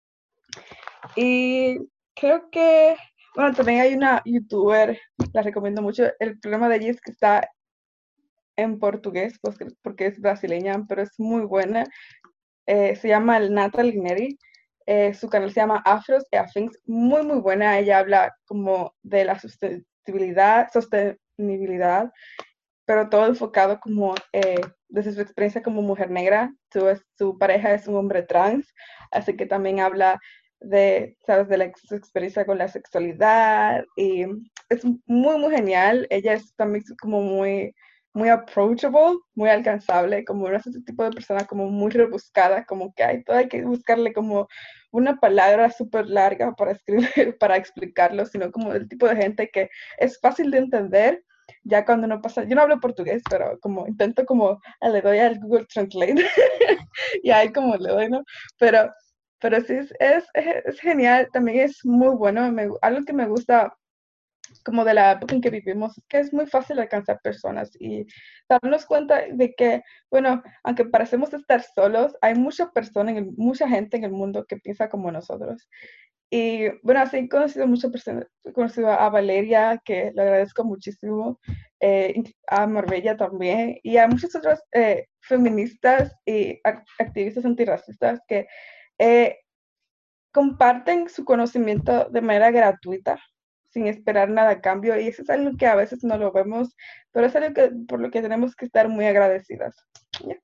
Y creo que, bueno, también hay una youtuber, la recomiendo mucho, el problema de ella es que está en portugués, pues, porque es brasileña, pero es muy buena. Se llama Natalie Neri. Su canal se llama Afros y Afins. Muy, muy buena. Ella habla como de la sostenibilidad, pero todo enfocado como desde su experiencia como mujer negra. Su pareja es un hombre trans, así que también habla de, ¿sabes?, de su experiencia con la sexualidad y es muy, muy genial. Ella es también como muy approachable, muy alcanzable, como no es ese tipo de persona como muy rebuscada, como que hay que buscarle como una palabra súper larga para escribir, para explicarlo, sino como el tipo de gente que es fácil de entender ya cuando no pasa, yo no hablo portugués, pero como intento como le doy al Google Translate y ahí como le doy, ¿no? Pero, pero sí, es genial, también es muy bueno, algo que me gusta como de la época en que vivimos es que es muy fácil alcanzar personas y darnos cuenta de que, bueno, aunque parecemos estar solos, hay muchas personas, mucha gente en el mundo que piensa como nosotros. Y bueno, así he conocido muchas personas, he conocido a Valeria, que le agradezco muchísimo, a Marbella también, y a muchas otras feministas y activistas antirracistas que eh, comparten su conocimiento de manera gratuita, sin esperar nada a cambio, y eso es algo que a veces no lo vemos, pero es algo por lo que tenemos que estar muy agradecidas. Yeah.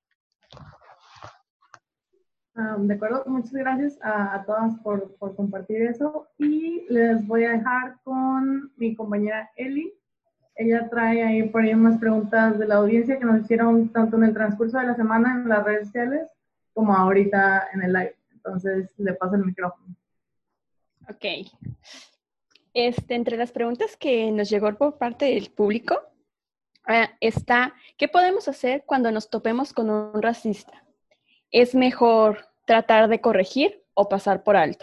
De acuerdo, muchas gracias a todas por compartir eso y les voy a dejar con mi compañera Eli. Ella trae ahí por ahí unas preguntas de la audiencia que nos hicieron tanto en el transcurso de la semana en las redes sociales como ahorita en el live. Entonces le paso el micrófono.
Ok. Entre las preguntas que nos llegó por parte del público, está, ¿qué podemos hacer cuando nos topemos con un racista? ¿Es mejor tratar de corregir o pasar por alto?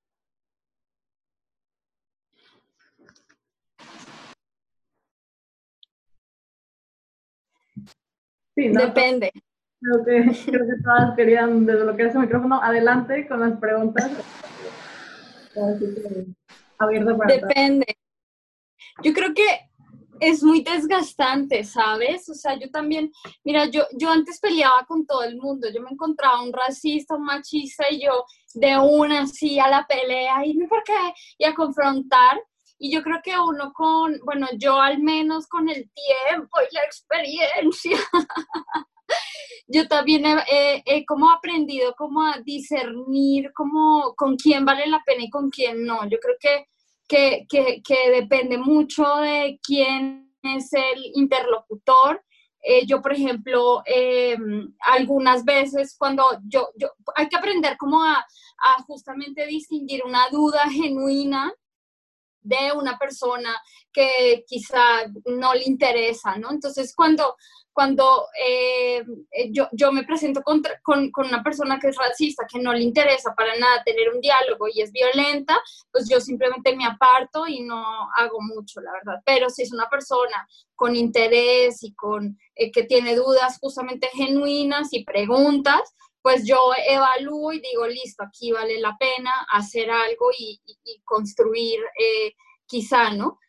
Sí, ¿no?
Depende.
Creo que todas querían desbloquear ese micrófono. Adelante con las preguntas. Así que, abierto para todas.
Depende. Yo creo que es muy desgastante, ¿sabes? O sea, yo también, mira, yo antes peleaba con todo el mundo, yo me encontraba un racista, un machista y yo de una así a la pelea y no por qué, y a confrontar. Y yo creo que uno bueno, yo al menos con el tiempo y la experiencia, yo también he como aprendido como a discernir como con quién vale la pena y con quién no. Yo creo que depende mucho de quién es el interlocutor. Yo, por ejemplo, algunas veces cuando hay que aprender como a justamente distinguir una duda genuina de una persona que quizá no le interesa, ¿no? Entonces, cuando yo me presento con una persona que es racista, que no le interesa para nada tener un diálogo y es violenta, pues yo simplemente me aparto y no hago mucho, la verdad. Pero si es una persona con interés y que tiene dudas justamente genuinas y preguntas, pues yo evalúo y digo, listo, aquí vale la pena hacer algo y construir quizá, ¿no?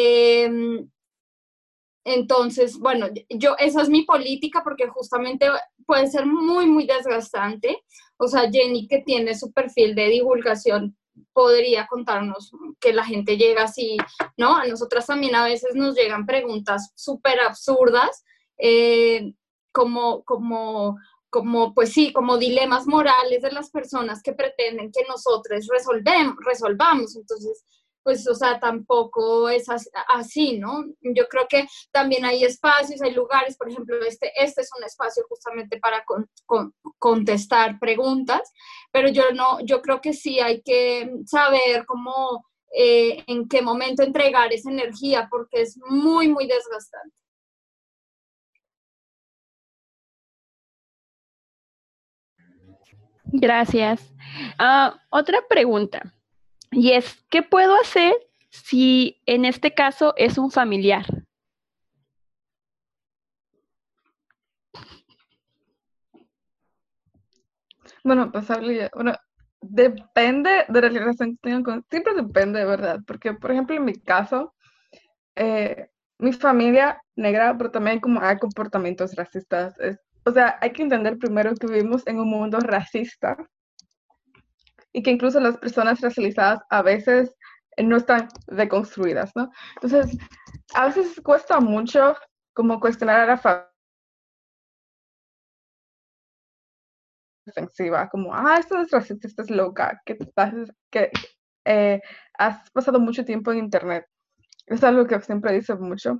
Entonces, bueno, esa es mi política porque justamente puede ser muy, muy desgastante. O sea, Jenny, que tiene su perfil de divulgación, podría contarnos que la gente llega así, ¿no? A nosotras también a veces nos llegan preguntas súper absurdas, pues sí, como dilemas morales de las personas que pretenden que nosotros resolvamos. Entonces, pues, o sea, tampoco es así, ¿no? Yo creo que también hay espacios, hay lugares, por ejemplo, este es un espacio justamente para contestar preguntas, pero yo creo que sí hay que saber cómo, en qué momento entregar esa energía, porque es muy, muy desgastante.
Gracias. Otra pregunta, y es, ¿qué puedo hacer si en este caso es un familiar?
Bueno, bueno, depende de la relación que tengan siempre depende, ¿verdad? Porque, por ejemplo, en mi caso, mi familia negra, pero también como hay comportamientos racistas. O sea, hay que entender primero que vivimos en un mundo racista y que incluso las personas racializadas a veces no están deconstruidas, ¿no? Entonces, a veces cuesta mucho como cuestionar a la familia defensiva, como, esto es racista, esto es loca, que has pasado mucho tiempo en internet. Es algo que siempre dice mucho.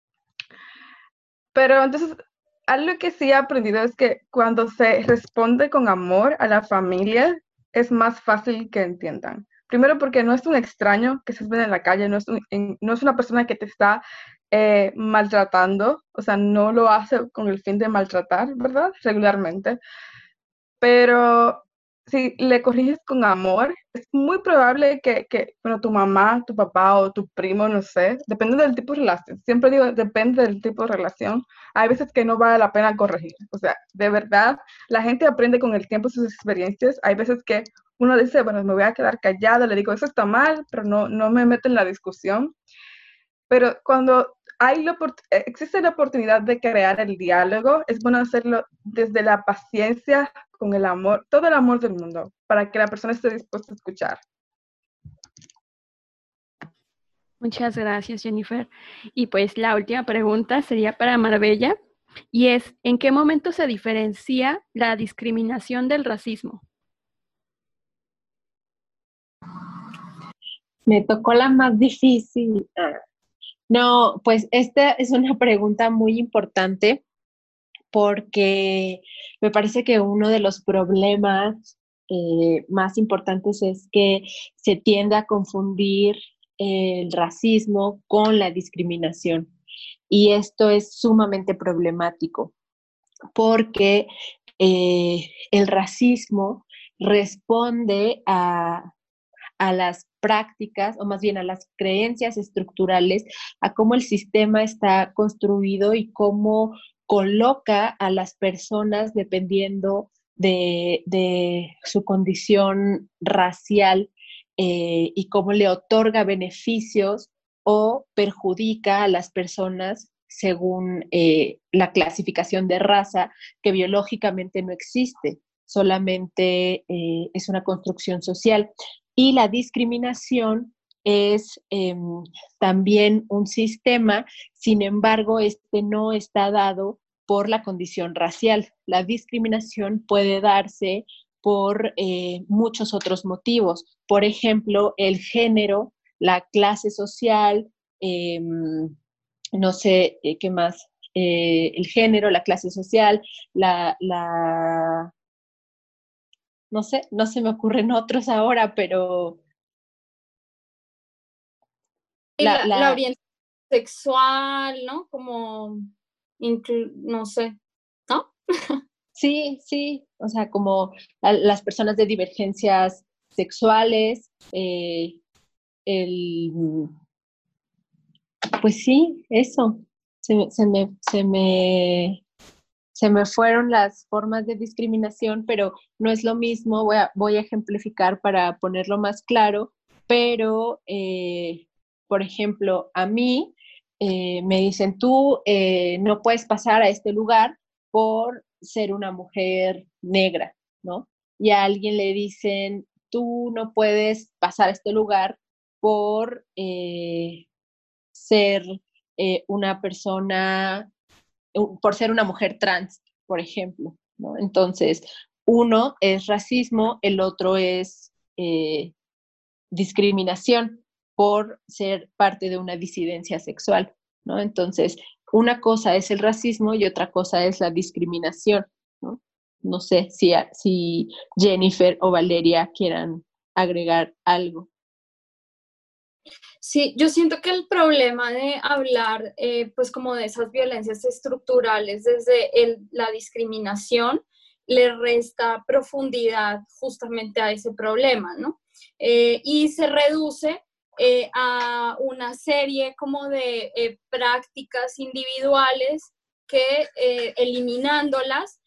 Pero entonces, algo que sí he aprendido es que cuando se responde con amor a la familia, es más fácil que entiendan. Primero porque no es un extraño que se ve en la calle, no es una persona que te está maltratando, o sea, no lo hace con el fin de maltratar, ¿verdad? Regularmente. Pero si le corriges con amor, es muy probable bueno, tu mamá, tu papá o tu primo, no sé, depende del tipo de relación. Siempre digo, depende del tipo de relación. Hay veces que no vale la pena corregir. O sea, de verdad, la gente aprende con el tiempo sus experiencias. Hay veces que uno dice, bueno, me voy a quedar callada, le digo, eso está mal, pero no me meto en la discusión. Pero cuando existe la oportunidad de crear el diálogo, es bueno hacerlo desde la paciencia, con el amor, todo el amor del mundo, para que la persona esté dispuesta a escuchar.
Muchas gracias, Jennifer. Y pues la última pregunta sería para Marbella, y es, ¿en qué momento se diferencia la discriminación del racismo?
Me tocó la más difícil. No, pues esta es una pregunta muy importante porque me parece que uno de los problemas más importantes es que se tiende a confundir el racismo con la discriminación. Y esto es sumamente problemático porque el racismo responde a las prácticas, o más bien a las creencias estructurales, a cómo el sistema está construido y cómo coloca a las personas dependiendo de su condición racial, y cómo le otorga beneficios o perjudica a las personas según la clasificación de raza, que biológicamente no existe, solamente es una construcción social. Y la discriminación es también un sistema, sin embargo, este no está dado por la condición racial. La discriminación puede darse por muchos otros motivos. Por ejemplo, el género, la clase social, no sé qué más, el género, la clase social, no sé, no se me ocurren otros ahora, pero
La orientación sexual, ¿no? Como, no sé, ¿no?
Sí, sí, o sea, como las personas de divergencias sexuales, el, pues sí, eso, se me fueron las formas de discriminación, pero no es lo mismo, voy a ejemplificar para ponerlo más claro, pero, por ejemplo, a mí me dicen, tú no puedes pasar a este lugar por ser una mujer negra, ¿no? Y a alguien le dicen, tú no puedes pasar a este lugar por ser una persona, por ser una mujer trans, por ejemplo, ¿no? Entonces, uno es racismo, el otro es discriminación por ser parte de una disidencia sexual, ¿no? Entonces, una cosa es el racismo y otra cosa es la discriminación, ¿no? No sé si Jennifer o Valeria quieran agregar algo.
Sí, yo siento que el problema de hablar, pues como de esas violencias estructurales desde la discriminación, le resta profundidad justamente a ese problema, ¿no? Y se reduce a una serie como de prácticas individuales que eliminándolas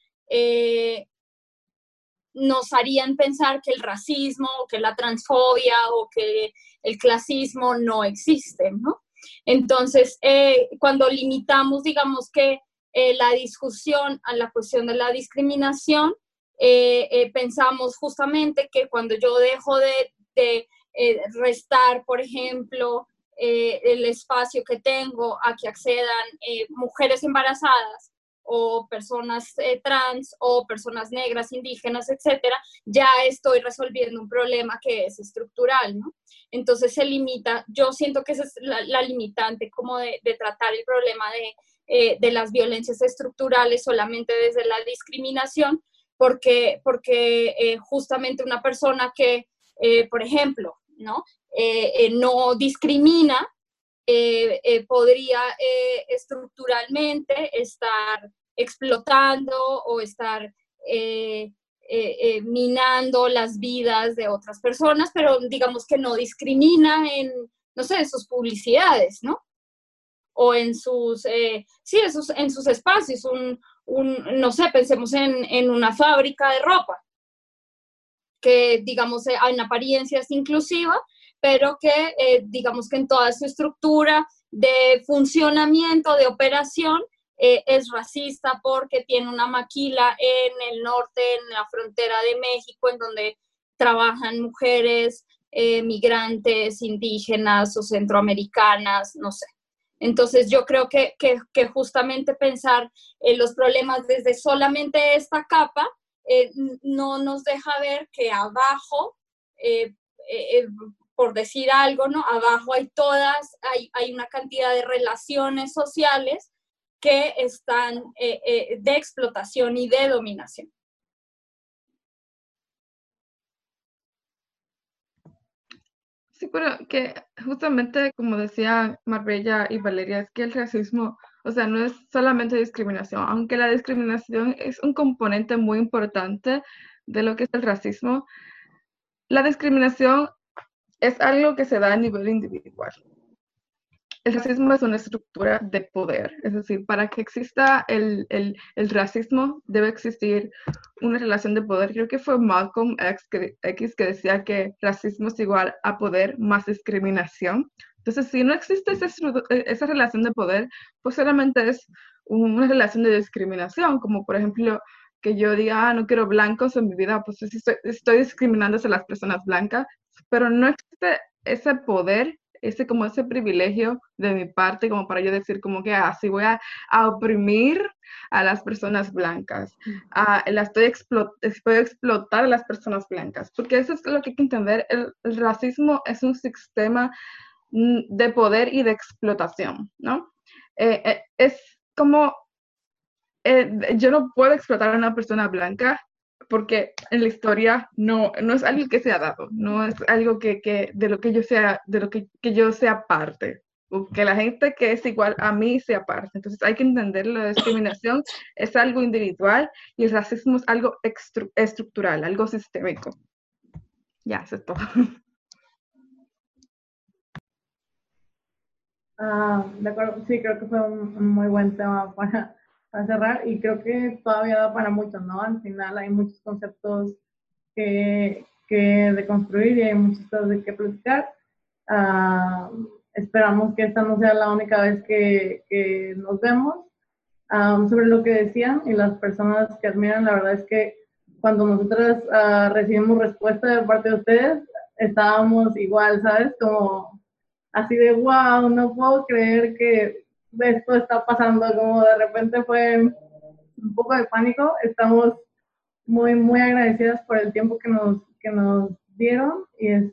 nos harían pensar que el racismo, o que la transfobia o que el clasismo no existen, ¿no? Entonces, cuando limitamos, digamos que la discusión a la cuestión de la discriminación, pensamos justamente que cuando yo dejo de restar, por ejemplo, el espacio que tengo a que accedan mujeres embarazadas o personas trans o personas negras, indígenas, etcétera, ya estoy resolviendo un problema que es estructural, ¿no? Entonces se limita, yo siento que esa es la limitante como de tratar el problema de las violencias estructurales solamente desde la discriminación, porque justamente una persona que, por ejemplo, ¿no? No discrimina, podría estructuralmente estar explotando o estar minando las vidas de otras personas, pero digamos que no discrimina en, no sé, en sus publicidades, ¿no? O en sus, sí, en sus espacios, no sé, pensemos en una fábrica de ropa, que digamos en apariencia es inclusiva, pero que digamos que en toda su estructura de funcionamiento, de operación, es racista porque tiene una maquila en el norte, en la frontera de México, en donde trabajan mujeres migrantes, indígenas o centroamericanas, no sé. Entonces yo creo que justamente pensar en los problemas desde solamente esta capa no nos deja ver que abajo, por decir algo, ¿no? Abajo hay una cantidad de relaciones sociales que están de explotación y de dominación.
Sí, pero que justamente como decía Marbella y Valeria, es que el racismo, o sea, no es solamente discriminación, aunque la discriminación es un componente muy importante de lo que es el racismo, la discriminación es algo que se da a nivel individual. El racismo es una estructura de poder, es decir, para que exista el racismo debe existir una relación de poder. Creo que fue Malcolm X que decía que racismo es igual a poder más discriminación. Entonces, si no existe esa relación de poder, pues solamente es una relación de discriminación, como por ejemplo que yo diga, no quiero blancos en mi vida, pues sí estoy discriminando a las personas blancas, pero no existe ese poder, como ese privilegio de mi parte, como para yo decir como que así voy a oprimir a las personas blancas, voy a explotar a las personas blancas, porque eso es lo que hay que entender, el racismo es un sistema de poder y de explotación, ¿no? Es como, yo no puedo explotar a una persona blanca porque en la historia no es algo que se ha dado, no es algo de lo que yo sea, que yo sea parte, o que la gente que es igual a mí sea parte. Entonces hay que entender la discriminación es algo individual y el racismo es algo estructural, algo sistémico. Ya, eso es todo.
De acuerdo, sí, creo que fue un muy buen tema para cerrar y creo que todavía da para mucho, ¿no? Al final hay muchos conceptos que deconstruir y hay muchas cosas de qué platicar. Esperamos que esta no sea la única vez que nos vemos. Sobre lo que decían y las personas que admiran, la verdad es que cuando nosotros recibimos respuesta de parte de ustedes, estábamos igual, ¿sabes? Como así de, wow, no puedo creer que esto está pasando, como de repente fue un poco de pánico. Estamos muy, muy agradecidas por el tiempo que nos dieron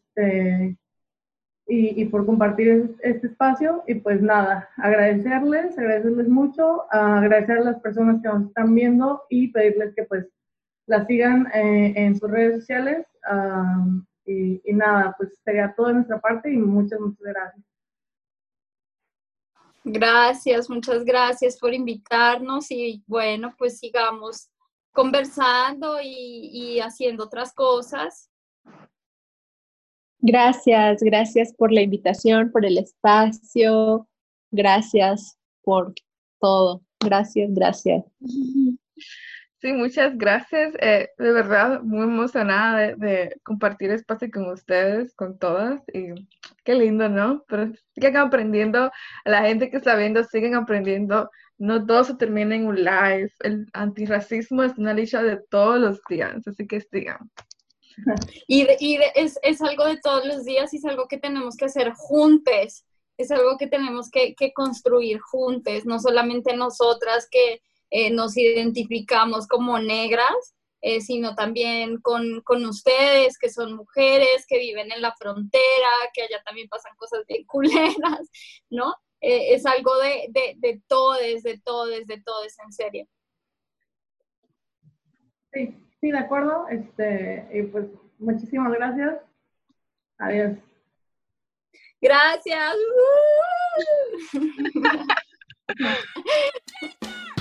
y por compartir este espacio. Y pues nada, agradecerles mucho, agradecer a las personas que nos están viendo y pedirles que pues la sigan en sus redes sociales. Y nada, pues sería todo de nuestra parte y muchas, muchas gracias.
Gracias, muchas gracias por invitarnos y bueno, pues sigamos conversando y haciendo otras cosas.
Gracias por la invitación, por el espacio, gracias por todo, gracias.
Sí, muchas gracias. De verdad, muy emocionada de compartir espacio con ustedes, con todas. Y qué lindo, ¿no? Pero sigan aprendiendo, a la gente que está viendo, siguen aprendiendo. No todo se termina en un live. El antirracismo es una lucha de todos los días, así que sigan.
Es algo de todos los días y es algo que tenemos que hacer juntos. Es algo que tenemos que construir juntos, no solamente nosotras que nos identificamos como negras, sino también con ustedes que son mujeres, que viven en la frontera, que allá también pasan cosas bien culeras, ¿no? Es algo de todos, en serio.
Sí, de acuerdo. Y pues muchísimas gracias. Adiós.
Gracias.